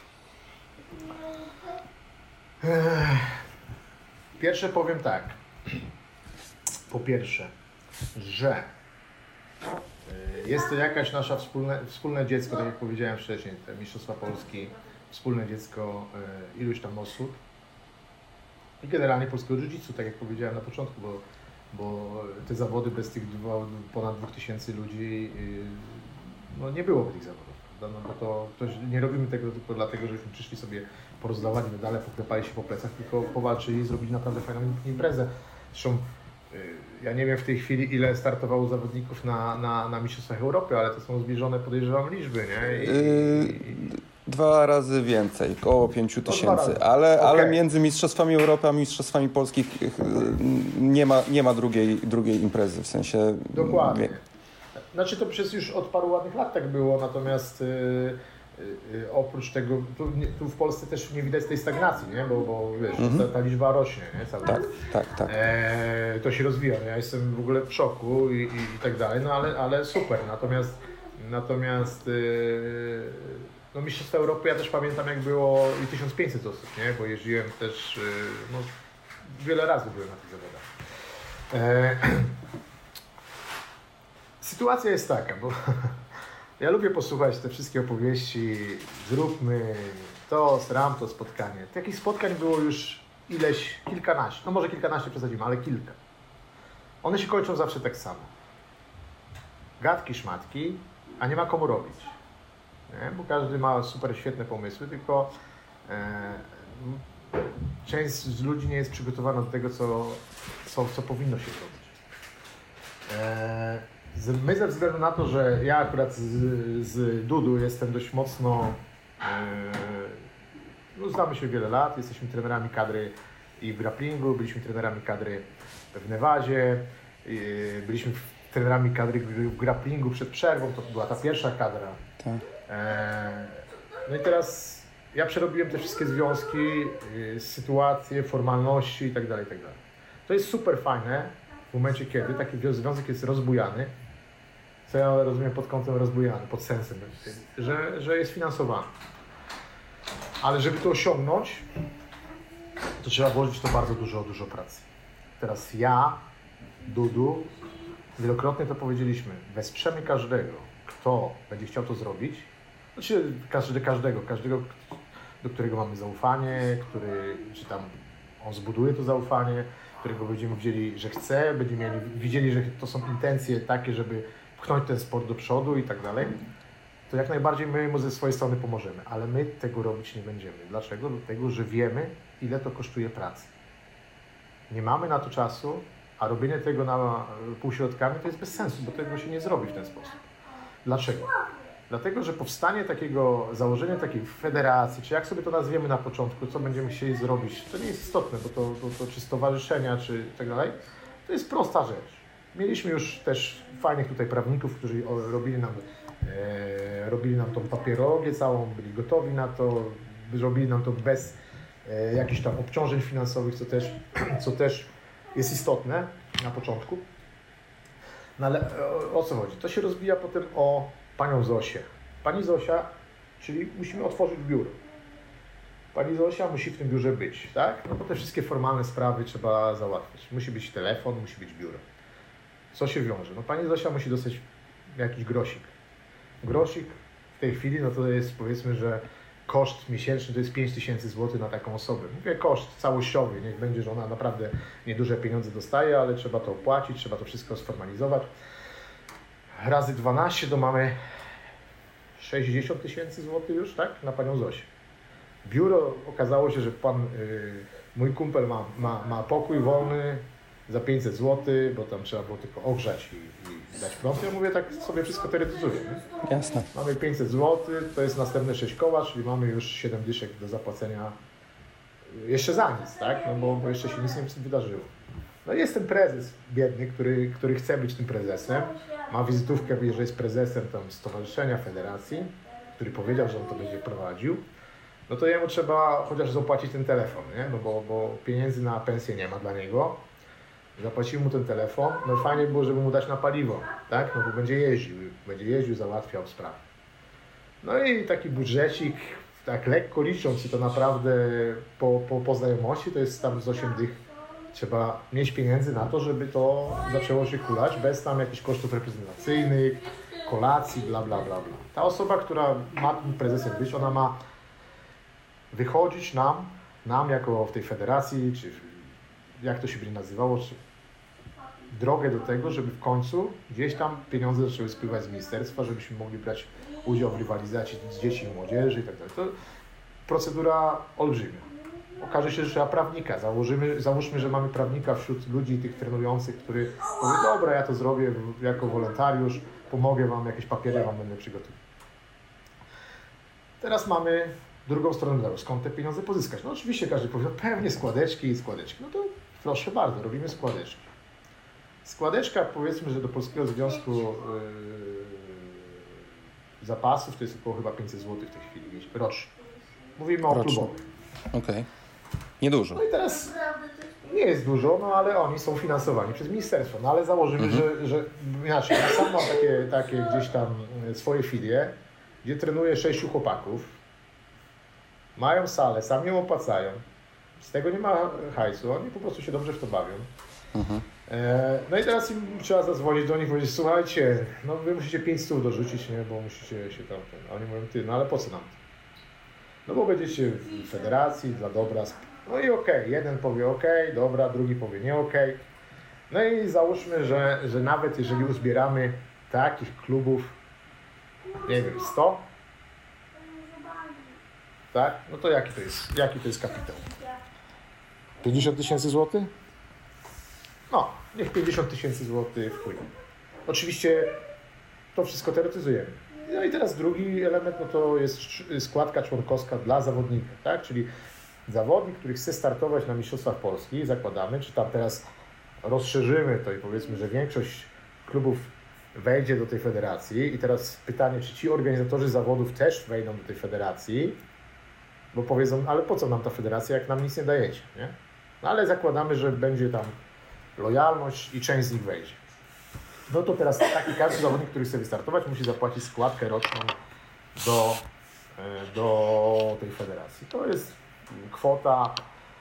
Pierwsze powiem tak. Po pierwsze, że Jest to jakaś nasza wspólne dziecko, tak jak powiedziałem wcześniej, te Mistrzostwa Polski, wspólne dziecko iluś tam osób i generalnie polskiego jiu-jitsu, tak jak powiedziałem na początku, bo te zawody bez tych ponad 2000 ludzi, no nie byłoby tych zawodów, prawda? No bo nie robimy tego tylko dlatego, żeśmy przyszli sobie porozdawali medale, poklepali się po plecach, tylko powalczyli i zrobili naprawdę fajną imprezę. Zresztą ja nie wiem w tej chwili, ile startowało zawodników na Mistrzostwach Europy, ale to są zbliżone, podejrzewam, liczby, nie? 2 razy więcej, około 5000, ale między Mistrzostwami Europy a Mistrzostwami Polskich nie ma drugiej imprezy, w sensie... Dokładnie. Znaczy to przez już od paru ładnych lat tak było, natomiast oprócz tego, tu w Polsce też nie widać tej stagnacji, nie? Bo wiesz, ta liczba rośnie, nie? Cały czas. Tak. To się rozwija, ja jestem w ogóle w szoku i tak dalej, no ale super, natomiast no Mistrzostwa Europy ja też pamiętam jak było i 1500 osób, nie? Bo jeździłem też, no wiele razy byłem na tych zawodach. Sytuacja jest taka, bo ja lubię posłuchać te wszystkie opowieści, zróbmy to, to spotkanie. Takich spotkań było już kilkanaście, no może kilkanaście przesadzimy, ale kilka. One się kończą zawsze tak samo. Gadki, szmatki, a nie ma komu robić. Nie? Bo każdy ma super świetne pomysły, tylko część z ludzi nie jest przygotowana do tego, co powinno się robić. My ze względu na to, że ja akurat z Dudu jestem dość mocno, no znamy się wiele lat, jesteśmy trenerami kadry i w grapplingu, byliśmy trenerami kadry w Nevadzie, byliśmy trenerami kadry w grapplingu przed przerwą, to była ta pierwsza kadra. Tak. No i teraz ja przerobiłem te wszystkie związki, sytuacje, formalności itd. To jest super fajne w momencie, kiedy taki związek jest rozbujany, co ja rozumiem pod kątem rozbujany, pod sensem, że jest finansowany. Ale żeby to osiągnąć, to trzeba włożyć to bardzo dużo pracy. Teraz ja, Dudu, wielokrotnie to powiedzieliśmy, wesprzemy każdego, kto będzie chciał to zrobić, znaczy każdego, do którego mamy zaufanie, czy tam on zbuduje to zaufanie, którego będziemy widzieli, że chce, będziemy widzieli, że to są intencje takie, żeby pchnąć ten sport do przodu i tak dalej, to jak najbardziej my mu ze swojej strony pomożemy, ale my tego robić nie będziemy. Dlaczego? Dlatego, że wiemy, ile to kosztuje pracy. Nie mamy na to czasu, a robienie tego na półśrodkami to jest bez sensu, bo tego się nie zrobi w ten sposób. Dlaczego? Dlatego, że powstanie założenie takiej federacji, czy jak sobie to nazwiemy na początku, co będziemy chcieli zrobić, to nie jest istotne, bo to czy stowarzyszenia, czy tak dalej, to jest prosta rzecz. Mieliśmy już też fajnych tutaj prawników, którzy robili nam tą papierologię całą, byli gotowi na to, robili nam to bez jakichś tam obciążeń finansowych, co też jest istotne na początku. No ale o co chodzi? To się rozbija potem o panią Zosię. Pani Zosia, czyli musimy otworzyć biuro. Pani Zosia musi w tym biurze być, tak? No bo te wszystkie formalne sprawy trzeba załatwić. Musi być telefon, musi być biuro. Co się wiąże? No pani Zosia musi dostać jakiś grosik. Grosik w tej chwili, no to jest, powiedzmy, że koszt miesięczny to jest 5000 zł na taką osobę. Mówię koszt całościowy, niech będzie, że ona naprawdę nieduże pieniądze dostaje, ale trzeba to opłacić, trzeba to wszystko sformalizować. Razy 12 to mamy 60 000 złotych już, tak? Na panią Zosię. Biuro, okazało się, że mój kumpel ma pokój wolny za 500 zł, bo tam trzeba było tylko ogrzać i dać prąd. Ja mówię, tak sobie wszystko teoretyzuję. Nie? Jasne. Mamy 500 zł, to jest następne 6 koła, czyli mamy już 7 dyszek do zapłacenia jeszcze za nic, tak? No bo jeszcze się nic nie wydarzyło. No i jest ten prezes biedny, który chce być tym prezesem. Ma wizytówkę, że jest prezesem tam stowarzyszenia, federacji, który powiedział, że on to będzie prowadził. No to jemu trzeba chociaż zapłacić ten telefon, nie? No bo pieniędzy na pensję nie ma dla niego. Zapłacimy mu ten telefon, no i fajnie było, żeby mu dać na paliwo, tak? No bo będzie jeździł, załatwiał sprawy. No i taki budżecik, tak lekko licząc i to naprawdę po znajomości, to jest tam z 8 dych Trzeba mieć pieniędzy na to, żeby to zaczęło się kulać bez tam jakichś kosztów reprezentacyjnych, kolacji, bla, bla, bla, bla. Ta osoba, która ma tym prezesem być, ona ma wychodzić nam jako w tej federacji, czy jak to się będzie nazywało, czy drogę do tego, żeby w końcu gdzieś tam pieniądze zaczęły spływać z ministerstwa, żebyśmy mogli brać udział w rywalizacji z dzieci i młodzieży i tak dalej. To procedura olbrzymia. Okaże się, że trzeba prawnika. Załóżmy, że mamy prawnika wśród ludzi tych trenujących, który powie, dobra, ja to zrobię jako wolontariusz, pomogę wam, jakieś papiery wam będę przygotować. Teraz mamy drugą stronę medalu. Skąd te pieniądze pozyskać? No oczywiście każdy powie, no pewnie składeczki i składeczki. No to proszę bardzo, robimy składeczki. Składeczka, powiedzmy, że do Polskiego Związku Zapasów to jest około chyba 500 zł w tej chwili rocznie. Mówimy o klubowych. Okej. Niedużo. No i teraz nie jest dużo, no ale oni są finansowani przez ministerstwo. No ale założymy, że inaczej. Ja sam mam takie gdzieś tam swoje filie, gdzie trenuję 6 chłopaków. Mają salę, sami ją opłacają. Z tego nie ma hajsu, oni po prostu się dobrze w to bawią. No i teraz im trzeba zadzwonić do nich i powiedzieć, słuchajcie, no wy musicie 500 dorzucić, nie, bo musicie się tam... A oni mówią, ty, no ale po co nam to? No bo będziecie w federacji dla dobra. No i okej, jeden powie okej, dobra, drugi powie nie okej. No i załóżmy, że nawet jeżeli uzbieramy takich klubów, nie wiem, 100, tak? No to jaki to jest kapitał? 50 tysięcy złotych? No, niech 50 tysięcy złotych wpłynie. Oczywiście to wszystko teoretyzujemy. No i teraz drugi element, no to jest składka członkowska dla zawodnika, tak? Czyli zawodnik, który chce startować na Mistrzostwach Polski, zakładamy, czy tam teraz rozszerzymy to i powiedzmy, że większość klubów wejdzie do tej federacji i teraz pytanie, czy ci organizatorzy zawodów też wejdą do tej federacji, bo powiedzą, ale po co nam ta federacja, jak nam nic nie dajecie, nie? No ale zakładamy, że będzie tam lojalność i część z nich wejdzie. No to teraz każdy zawodnik, który chce wystartować, musi zapłacić składkę roczną do tej federacji. To jest kwota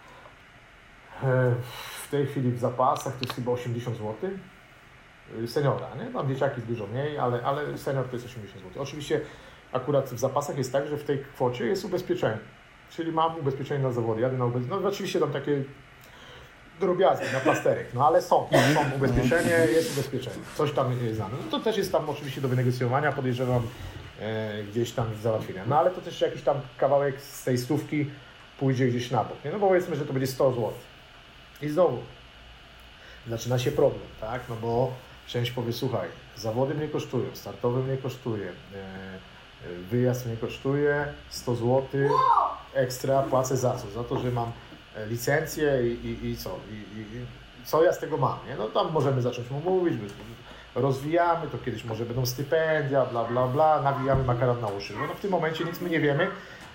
w tej chwili w zapasach, to jest chyba 80 zł. Seniora, nie? Tam dzieciaki dużo mniej, ale senior to jest 80 zł. Oczywiście akurat w zapasach jest tak, że w tej kwocie jest ubezpieczenie. Czyli mam ubezpieczenie na zawody, jadę na ubezpieczenie. No oczywiście tam takie drobiazgi na plasterek, no ale są ubezpieczenie, jest ubezpieczenie, coś tam jest znane. No to też jest tam oczywiście do wynegocjowania, podejrzewam gdzieś tam w załatwienia. No ale to też jakiś tam kawałek z tej stówki pójdzie gdzieś na bok, nie? No bo powiedzmy, że to będzie 100 zł. I znowu zaczyna się problem, tak? No bo część powie, słuchaj, zawody mnie kosztują, startowy mnie kosztuje, wyjazd mnie kosztuje 100 zł, ekstra płacę za co? Za to, że mam licencję i co? Co ja z tego mam, nie? No tam możemy zacząć mu mówić, rozwijamy, to kiedyś może będą stypendia, bla, bla, bla, nawijamy makaron na uszy. No w tym momencie nic my nie wiemy,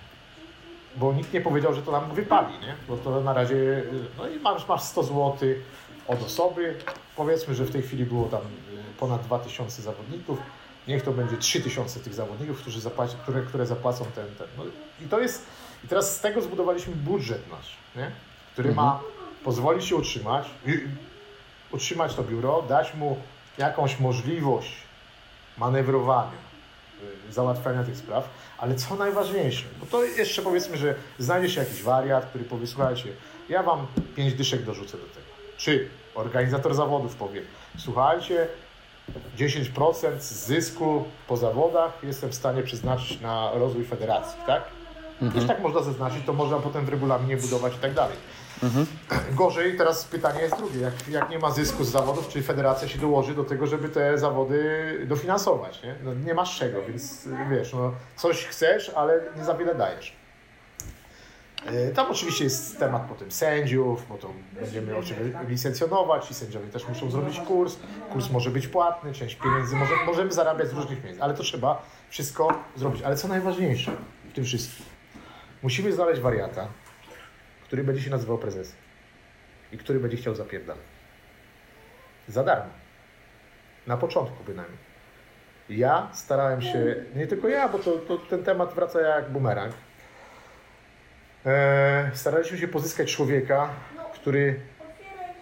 bo nikt nie powiedział, że to nam wypali, nie? Bo to na razie, no i masz 100 zł od osoby, powiedzmy, że w tej chwili było tam ponad 2000 zawodników, niech to będzie 3000 tych zawodników, które zapłacą ten. No i to jest, i teraz z tego zbudowaliśmy budżet nasz, nie? Który ma pozwolić się utrzymać to biuro, dać mu jakąś możliwość manewrowania, załatwiania tych spraw, ale co najważniejsze, bo to jeszcze powiedzmy, że znajdzie się jakiś wariat, który powie, słuchajcie, ja wam 5 dyszek dorzucę do tego. Czy organizator zawodów powie, słuchajcie, 10% zysku po zawodach jestem w stanie przeznaczyć na rozwój federacji, tak? Też tak można zaznaczyć, to można potem w regulaminie budować i tak dalej. Gorzej, teraz pytanie jest drugie, jak nie ma zysku z zawodów, czy federacja się dołoży do tego, żeby te zawody dofinansować, nie? No, nie masz czego, więc wiesz, no, coś chcesz, ale nie za wiele dajesz. Tam oczywiście jest temat potem sędziów, bo to będziemy oczywiście licencjonować i sędziowie też muszą zrobić kurs. Kurs może być płatny, część pieniędzy możemy zarabiać z różnych miejsc, ale to trzeba wszystko zrobić. Ale co najważniejsze w tym wszystkim, musimy znaleźć wariata, który będzie się nazywał prezesem i który będzie chciał zapierdalać. Za darmo. Na początku bynajmniej. Ja starałem się, nie tylko ja, bo to ten temat wraca jak bumerang. Staraliśmy się pozyskać człowieka, który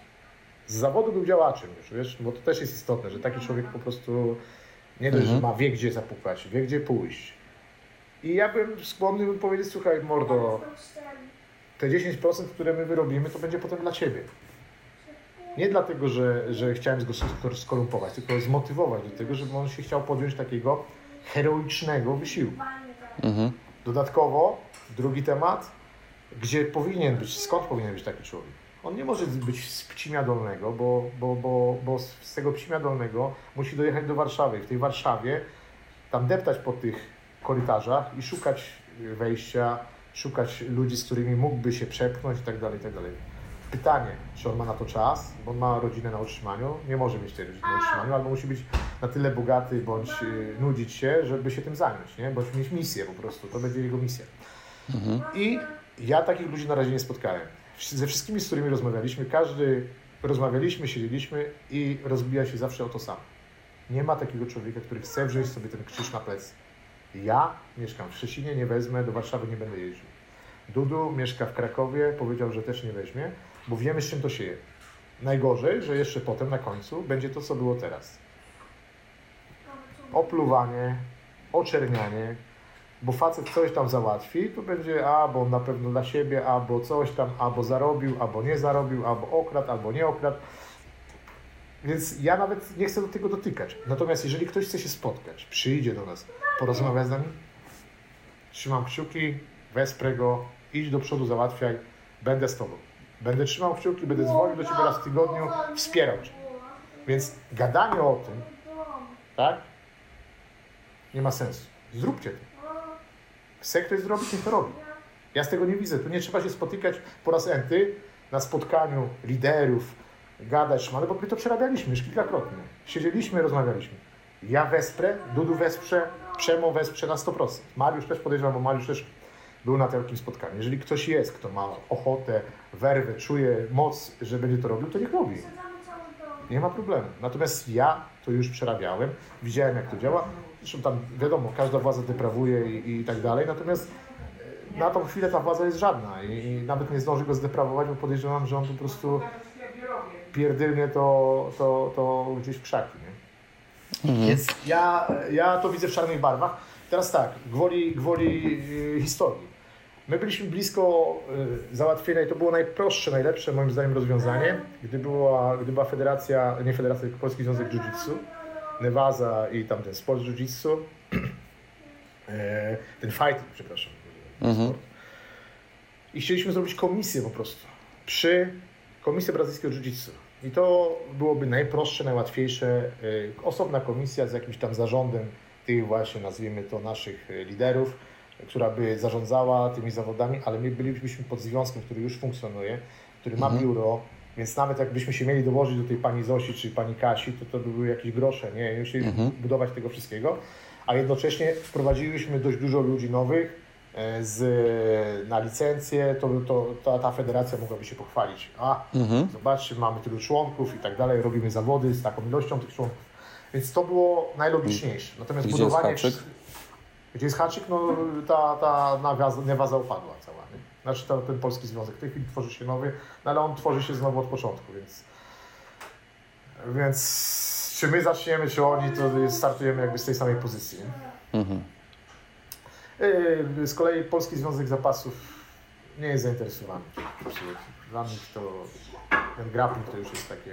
z zawodu był działaczem już, wiesz, bo to też jest istotne, że taki człowiek po prostu nie dość, że ma wie gdzie zapukać, wie gdzie pójść. I ja bym skłonny powiedzieć, słuchaj mordo, te 10%, które my wyrobimy, to będzie potem dla ciebie. Nie dlatego, że chciałem go skorumpować, tylko zmotywować do tego, żeby on się chciał podjąć takiego heroicznego wysiłku. Dodatkowo, drugi temat, gdzie powinien być, skąd powinien być taki człowiek? On nie może być z Pcimia Dolnego, bo z tego Pcimia Dolnego musi dojechać do Warszawy. W tej Warszawie tam deptać po tych korytarzach i szukać wejścia, szukać ludzi, z którymi mógłby się przepchnąć i tak dalej, i tak dalej. Pytanie, czy on ma na to czas, bo on ma rodzinę na utrzymaniu, nie może mieć tej rodziny na utrzymaniu, albo musi być na tyle bogaty, bądź nudzić się, żeby się tym zająć, nie? Bądź mieć misję po prostu, to będzie jego misja. I ja takich ludzi na razie nie spotkałem. Ze wszystkimi, z którymi rozmawialiśmy, siedzieliśmy i rozbija się zawsze o to samo. Nie ma takiego człowieka, który chce wziąć sobie ten krzyż na plecy. Ja mieszkam w Szczecinie, nie wezmę, do Warszawy nie będę jeździł. Dudu mieszka w Krakowie, powiedział, że też nie weźmie, bo wiemy, z czym to się je. Najgorzej, że jeszcze potem, na końcu, będzie to, co było teraz. Opluwanie, oczernianie, bo facet coś tam załatwi, to będzie bo on na pewno dla siebie, albo coś tam, albo zarobił, albo nie zarobił, albo okradł, albo nie okradł. Więc ja nawet nie chcę do tego dotykać. Natomiast jeżeli ktoś chce się spotkać, przyjdzie do nas, porozmawia z nami, trzymam kciuki, wesprę go, idź do przodu, załatwiaj, będę z tobą. Będę trzymał kciuki, będę dzwonił do ciebie raz w tygodniu, wspierał cię. Więc gadanie o tym, tak, nie ma sensu. Zróbcie to. Chce ktoś zrobić, niech to robi. Ja z tego nie widzę. Tu nie trzeba się spotykać po raz enty na spotkaniu liderów, gadać, ale bo my to przerabialiśmy już kilkakrotnie. Siedzieliśmy, rozmawialiśmy. Ja wesprę, Dudu wesprze, Przemo wesprze na 100%. Mariusz też podejrzewam, bo Mariusz też był na takim spotkaniu. Jeżeli ktoś jest, kto ma ochotę, werwę, czuje moc, że będzie to robił, to niech robi. Nie ma problemu. Natomiast ja to już przerabiałem, widziałem, jak to działa. Zresztą tam wiadomo, każda władza deprawuje i tak dalej, natomiast na tą chwilę ta władza jest żadna i nawet nie zdąży go zdeprawować, bo podejrzewam, że on po prostu pierdylnie to gdzieś w krzaki. Nie? Więc ja to widzę w czarnych barwach. Teraz tak, gwoli historii. My byliśmy blisko załatwienia i to było najprostsze, najlepsze moim zdaniem rozwiązanie, gdy była federacja, nie federacja, tylko Polski Związek Jiu-Jitsu, Nevaza i tamten sport Jiu-Jitsu, ten fighting, przepraszam. I chcieliśmy zrobić komisję po prostu, komisję brazylijskiego Jiu-Jitsu. I to byłoby najprostsze, najłatwiejsze, osobna komisja z jakimś tam zarządem tych właśnie, nazwijmy to, naszych liderów, która by zarządzała tymi zawodami, ale my bylibyśmy pod związkiem, który już funkcjonuje, który ma biuro, więc nawet jakbyśmy się mieli dołożyć do tej pani Zosi czy pani Kasi, to by były jakieś grosze, nie musieli budować tego wszystkiego, a jednocześnie wprowadziliśmy dość dużo ludzi nowych na licencję, ta federacja mogłaby się pochwalić. Zobaczcie, mamy tylu członków i tak dalej, robimy zawody z taką ilością tych członków, więc to było najlogiczniejsze. Natomiast gdzie budowanie... jest haczyk? Gdzie jest haczyk? No ta Nevaza upadła cała. Nie? Znaczy ten Polski Związek. W tej chwili tworzy się nowy, no ale on tworzy się znowu od początku, więc czy my zaczniemy, czy oni, to startujemy jakby z tej samej pozycji. Z kolei Polski Związek Zapasów nie jest zainteresowany. Dla nich to ten grappling to już jest takie,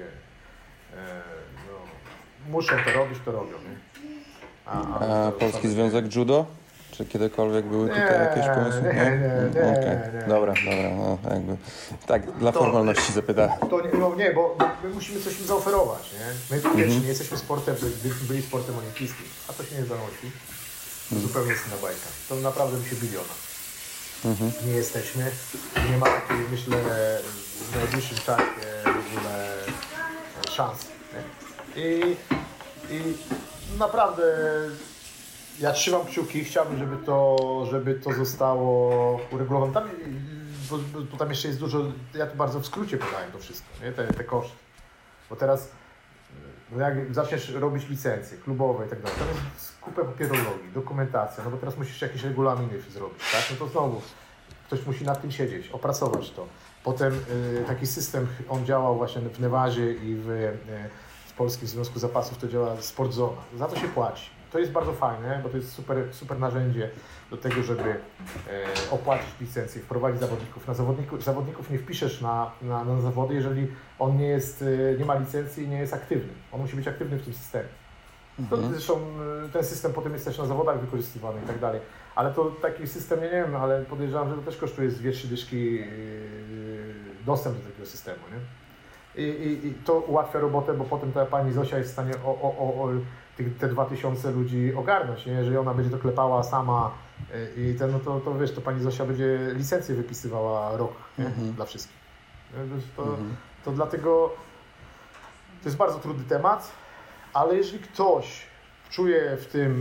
muszą to robić, to robią. Nie? A Polski Związek Judo? Czy kiedykolwiek były tutaj jakieś pomysły? Nie. Dobra, no jakby. Tak, dla formalności zapytałem. Nie, bo my musimy coś im zaoferować, nie? My wiesz, nie jesteśmy sportem, byli sportem olimpijskim, a to się nie zanosi. Zupełnie jest inna bajka. To naprawdę musi biliona. Nie jesteśmy. Nie ma takiej, myślę, w najbliższym czasie w ogóle szans. Nie? I naprawdę ja trzymam kciuki, chciałbym, żeby to zostało uregulowane. Bo tam jeszcze jest dużo, ja tu bardzo w skrócie podałem to wszystko, nie? Te koszty. Bo teraz jak zaczniesz robić licencje klubowe i tak dalej, tam jest kupę papierologii, dokumentacja, no bo teraz musisz jakieś regulaminy zrobić, tak? No to znowu ktoś musi nad tym siedzieć, opracować to, Potem taki system, on działał właśnie w Nevadzie i w Polskim Związku Zapasów, to działa Sportzona. Za to się płaci. To jest bardzo fajne, bo to jest super narzędzie do tego, żeby opłacić licencję, wprowadzić zawodników. Zawodników nie wpiszesz na zawody, jeżeli on nie ma licencji i nie jest aktywny. On musi być aktywny w tym systemie. Zresztą ten system potem jest też na zawodach wykorzystywany i tak dalej. Ale to taki system, nie wiem, ale podejrzewam, że to też kosztuje z 2-3 dyszki dostęp do takiego systemu, nie? I to ułatwia robotę, bo potem ta pani Zosia jest w stanie te 2000 ludzi ogarnąć, nie? Jeżeli ona będzie to klepała sama no to wiesz, to pani Zosia będzie licencję wypisywała rok dla wszystkich. To dlatego to jest bardzo trudny temat, ale jeżeli ktoś czuje w tym,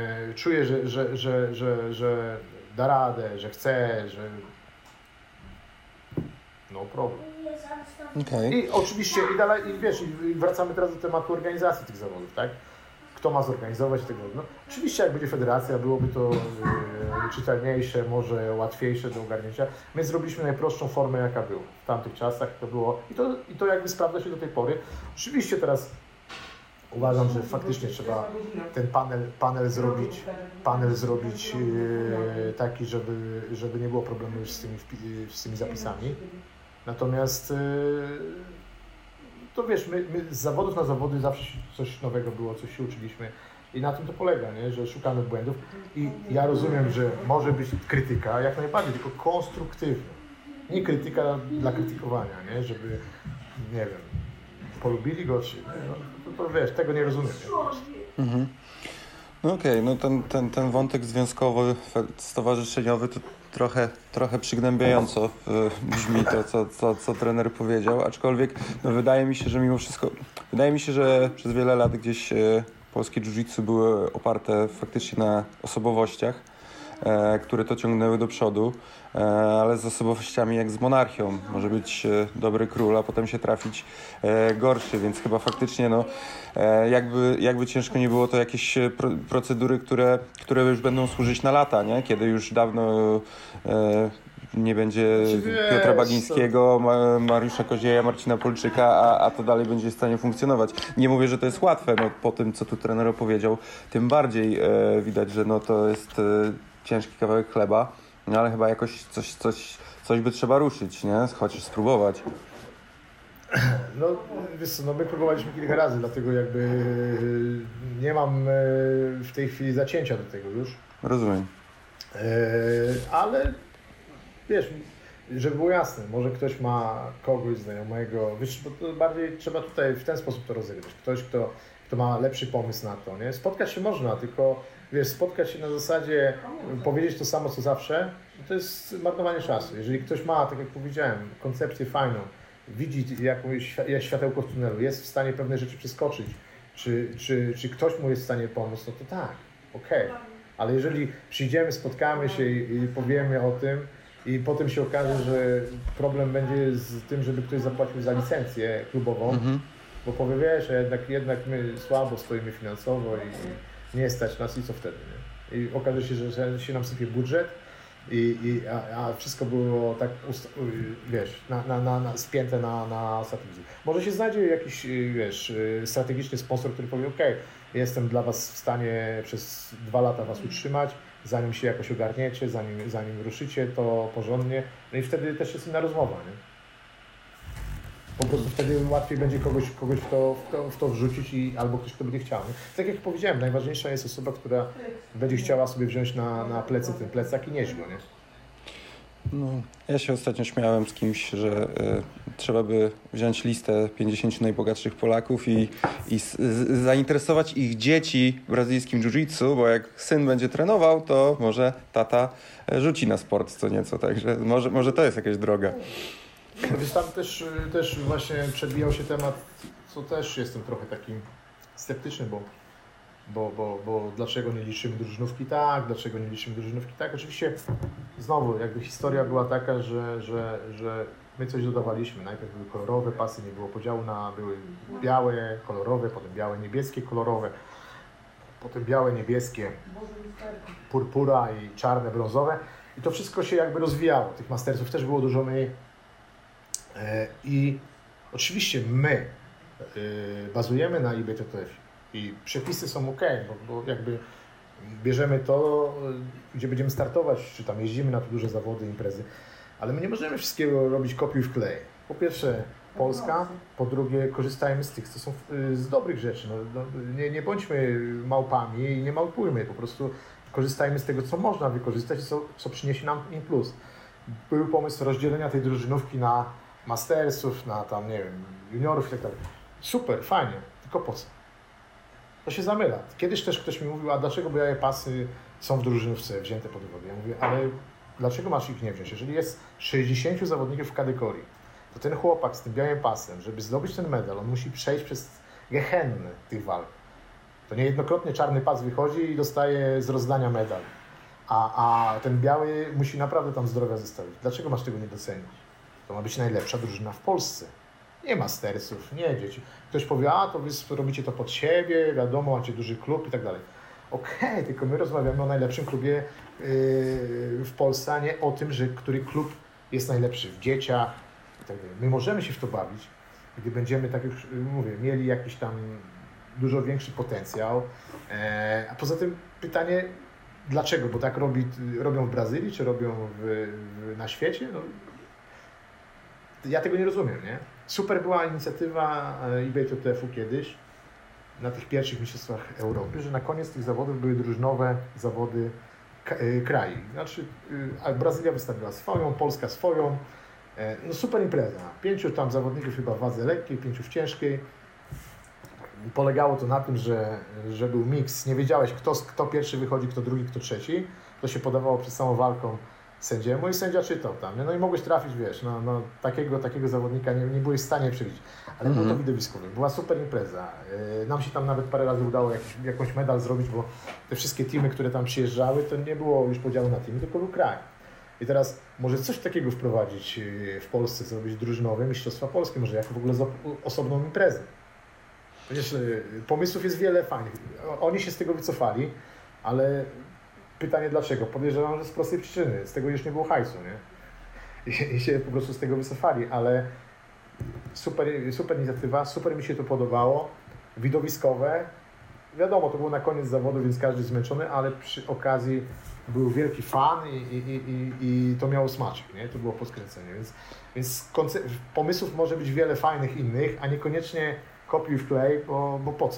że da radę, że chce, że no problem. Okay. I oczywiście, i dalej, i wiesz, i wracamy teraz do tematu organizacji tych zawodów, tak? Kto ma zorganizować tego? No, oczywiście jak będzie federacja, byłoby to czytelniejsze, może łatwiejsze do ogarnięcia. My zrobiliśmy najprostszą formę, jaka była w tamtych czasach, to było i to jakby sprawdza się do tej pory. Oczywiście teraz uważam, że faktycznie trzeba ten panel zrobić taki, żeby nie było problemu już z tymi zapisami. Natomiast to wiesz, my z zawodów na zawody zawsze coś nowego było, coś się uczyliśmy i na tym to polega, nie? Że szukamy błędów i ja rozumiem, że może być krytyka, jak najbardziej, tylko konstruktywna. Nie krytyka dla krytykowania, nie? Żeby, nie wiem, polubili go, czy no, to wiesz, tego nie rozumiem. Mhm. No okej, no ten wątek związkowy, stowarzyszeniowy to trochę przygnębiająco brzmi to, co trener powiedział, aczkolwiek no, wydaje mi się, że przez wiele lat gdzieś polskie jiu-jitsu były oparte faktycznie na osobowościach, które to ciągnęły do przodu, ale z osobowościami jak z monarchią. Może być dobry król, a potem się trafić gorszy, więc chyba faktycznie no, jakby ciężko nie było, to jakieś procedury, które już będą służyć na lata, nie? Kiedy już dawno nie będzie Piotra Bagińskiego, Mariusza Kozieja, Marcina Polczyka, a to dalej będzie w stanie funkcjonować. Nie mówię, że to jest łatwe, no, po tym, co tu trener opowiedział, tym bardziej widać, że no, to jest ciężki kawałek chleba, no ale chyba jakoś coś by trzeba ruszyć, nie? Chociaż spróbować. No wiesz co, no my próbowaliśmy kilka razy, dlatego jakby nie mam w tej chwili zacięcia do tego już. Rozumiem. Ale wiesz, żeby było jasne, może ktoś ma kogoś znajomego, wiesz, bo to bardziej trzeba tutaj w ten sposób to rozegrać. Ktoś, kto ma lepszy pomysł na to, nie? Spotkać się można, tylko wiesz, spotkać się na zasadzie, powiedzieć to samo co zawsze, to jest marnowanie czasu. Jeżeli ktoś ma, tak jak powiedziałem, koncepcję fajną, widzi jakieś światełko w tunelu, jest w stanie pewne rzeczy przeskoczyć, czy ktoś mu jest w stanie pomóc, no to tak, okej. Ale jeżeli przyjdziemy, spotkamy się i powiemy o tym i potem się okaże, że problem będzie z tym, żeby ktoś zapłacił za licencję klubową, bo powie, wiesz, jednak my słabo stoimy finansowo i nie stać nas i co wtedy, nie? I okaże się, że się nam sypie budżet, a wszystko było tak, wiesz, spięte na satelicie. Może się znajdzie jakiś, wiesz, strategiczny sponsor, który powie, okej, jestem dla Was w stanie przez 2 lata Was utrzymać, zanim się jakoś ogarniecie, zanim ruszycie to porządnie, no i wtedy też jest inna rozmowa, nie? Po prostu wtedy łatwiej będzie kogoś w to wrzucić albo ktoś, kto będzie chciał. Nie? Tak jak powiedziałem, najważniejsza jest osoba, która będzie chciała sobie wziąć na plecy ten plecak i nieść go, nie? No, ja się ostatnio śmiałem z kimś, że trzeba by wziąć listę 50 najbogatszych Polaków i zainteresować ich dzieci brazylijskim jiu-jitsu, bo jak syn będzie trenował, to może tata rzuci na sport co nieco, także może to jest jakaś droga. Więc tam też właśnie przebijał się temat, co też jestem trochę takim sceptyczny, bo dlaczego nie liczymy drużynówki tak, dlaczego nie liczymy drużynówki tak. Oczywiście znowu jakby historia była taka, że my coś dodawaliśmy. Najpierw były kolorowe pasy, nie było podziału były białe, kolorowe, potem białe, niebieskie, kolorowe, potem białe, niebieskie, purpura i czarne, brązowe. I to wszystko się jakby rozwijało. Tych mastersów też było dużo mniej. I oczywiście my bazujemy na IBTTF i przepisy są ok, bo jakby bierzemy to, gdzie będziemy startować, czy tam jeździmy na te duże zawody, imprezy, ale my nie możemy wszystkiego robić kopiuj w klej. Po pierwsze Polska, po drugie korzystajmy z tych, co są z dobrych rzeczy. Nie bądźmy małpami i nie małpujmy, po prostu korzystajmy z tego, co można wykorzystać i co przyniesie nam im plus. Był pomysł rozdzielenia tej drużynówki na mastersów, na tam, nie wiem, juniorów i tak dalej. Super, fajnie, tylko po co? To się zamyla. Kiedyś też ktoś mi mówił, a dlaczego białe pasy są w drużynówce wzięte pod uwagę? Ja mówię, ale dlaczego masz ich nie wziąć? Jeżeli jest 60 zawodników w kategorii, to ten chłopak z tym białym pasem, żeby zdobyć ten medal, on musi przejść przez gehennę tych walk. To niejednokrotnie czarny pas wychodzi i dostaje z rozdania medal. A ten biały musi naprawdę tam zdrowia zostawić. Dlaczego masz tego nie docenić? To ma być najlepsza drużyna w Polsce. Nie mastersów, nie dzieci. Ktoś powie, a to wy robicie to pod siebie, wiadomo, macie duży klub i tak dalej. Okej, tylko my rozmawiamy o najlepszym klubie w Polsce, a nie o tym, że który klub jest najlepszy w dzieciach i tak dalej. My możemy się w to bawić, gdy będziemy, tak już mówię, mieli jakiś tam dużo większy potencjał. A poza tym pytanie, dlaczego? Bo tak robią w Brazylii, czy robią na świecie? No, ja tego nie rozumiem, nie? Super była inicjatywa IBTTF-u kiedyś, na tych pierwszych mistrzostwach Europy, że na koniec tych zawodów były drużynowe zawody krajów. Znaczy, Brazylia wystawiła swoją, Polska swoją. No super impreza. 5 tam zawodników chyba w wadze lekkiej, 5 w ciężkiej. Polegało to na tym, że był miks. Nie wiedziałeś, kto pierwszy wychodzi, kto drugi, kto trzeci. To się podawało przed samą walką sędziemu i sędzia czytał tam. No i mogłeś trafić, wiesz, no takiego zawodnika nie byłeś w stanie przewidzieć. Ale było to widowiskowe. Była super impreza. Nam się tam nawet parę razy udało jakąś medal zrobić, bo te wszystkie teamy, które tam przyjeżdżały, to nie było już podziału na teamy, tylko był kraj. I teraz może coś takiego wprowadzić w Polsce, zrobić drużynowe mistrzostwa polskie, może jako w ogóle osobną imprezę. Przecież pomysłów jest wiele fajnych. Oni się z tego wycofali, ale pytanie dlaczego? Podejrzewam, że z prostej przyczyny. Z tego już nie było hajsu, nie? I się po prostu z tego wycofali, ale super inicjatywa, super mi się to podobało. Widowiskowe. Wiadomo, to było na koniec zawodu, więc każdy zmęczony, ale przy okazji był wielki fan i to miało smaczek, nie? To było po skręceniu. Więc pomysłów może być wiele fajnych innych, a niekoniecznie kopiuj w klej, bo po co?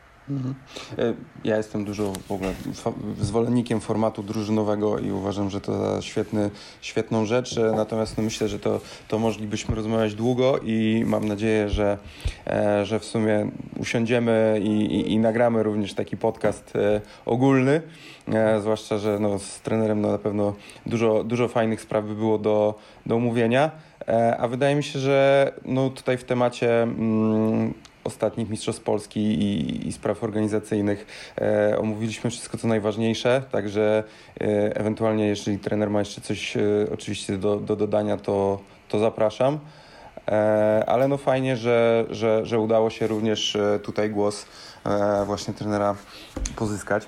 Ja jestem dużo w ogóle zwolennikiem formatu drużynowego i uważam, że to za świetną rzecz, natomiast myślę, że to moglibyśmy rozmawiać długo i mam nadzieję, że w sumie usiądziemy i nagramy również taki podcast ogólny, zwłaszcza, że z trenerem na pewno dużo fajnych spraw by było do omówienia, a wydaje mi się, że tutaj w temacie ostatnich Mistrzostw Polski i spraw organizacyjnych omówiliśmy wszystko, co najważniejsze, także ewentualnie, jeżeli trener ma jeszcze coś oczywiście do dodania, to zapraszam. Ale fajnie, że udało się również tutaj głos właśnie trenera pozyskać.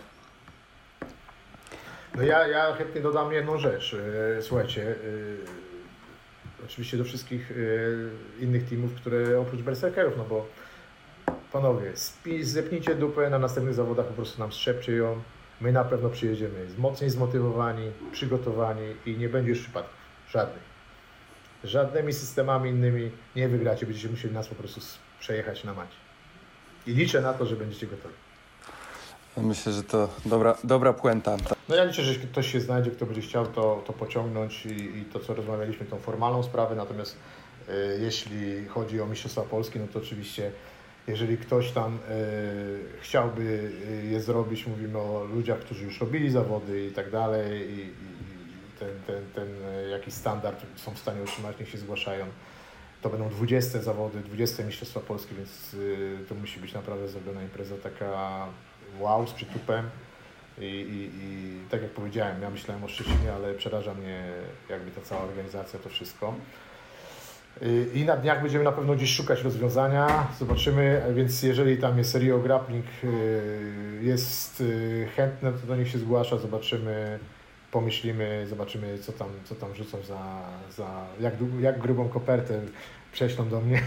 No ja chętnie dodam jedną rzecz. Słuchajcie, oczywiście do wszystkich innych teamów, które oprócz berserkerów, bo panowie, zepnijcie dupę, na następnych zawodach po prostu nam strzepcie ją. My na pewno przyjedziemy mocniej zmotywowani, przygotowani i nie będzie już przypadków. Żadnych. Żadnymi systemami innymi nie wygracie. Będziecie musieli nas po prostu przejechać na macie. I liczę na to, że będziecie gotowi. Myślę, że to dobra puenta. No ja liczę, że ktoś się znajdzie, kto będzie chciał to pociągnąć i to, co rozmawialiśmy, tą formalną sprawę. Natomiast jeśli chodzi o Mistrzostwa Polskie, no to oczywiście jeżeli ktoś tam chciałby je zrobić, mówimy o ludziach, którzy już robili zawody i tak dalej i ten jakiś standard są w stanie utrzymać, niech się zgłaszają. To będą 20 zawody, 20 Mistrzostwa Polskie, więc to musi być naprawdę zrobiona impreza taka wow, z przytupem i tak jak powiedziałem, ja myślałem o Szczecinie, ale przeraża mnie jakby ta cała organizacja, to wszystko. I na dniach będziemy na pewno gdzieś szukać rozwiązania, zobaczymy, więc jeżeli tam jest Rio Grappling, jest chętne, to do nich się zgłasza, zobaczymy. pomyślimy, zobaczymy co tam rzucą jak grubą kopertę prześlą do mnie,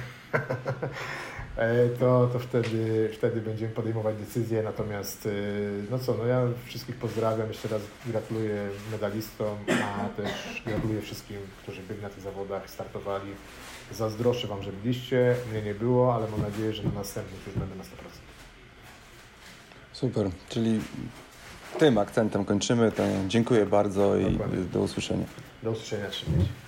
to wtedy będziemy podejmować decyzje. Natomiast ja wszystkich pozdrawiam, jeszcze raz gratuluję medalistom, a też gratuluję wszystkim, którzy byli na tych zawodach, startowali. Zazdroszczę Wam, że byliście, mnie nie było, ale mam nadzieję, że na następnych już będę na 100%. Super, czyli tym akcentem kończymy. To dziękuję bardzo i Dokładnie. do usłyszenia. Do usłyszenia, trzymajcie.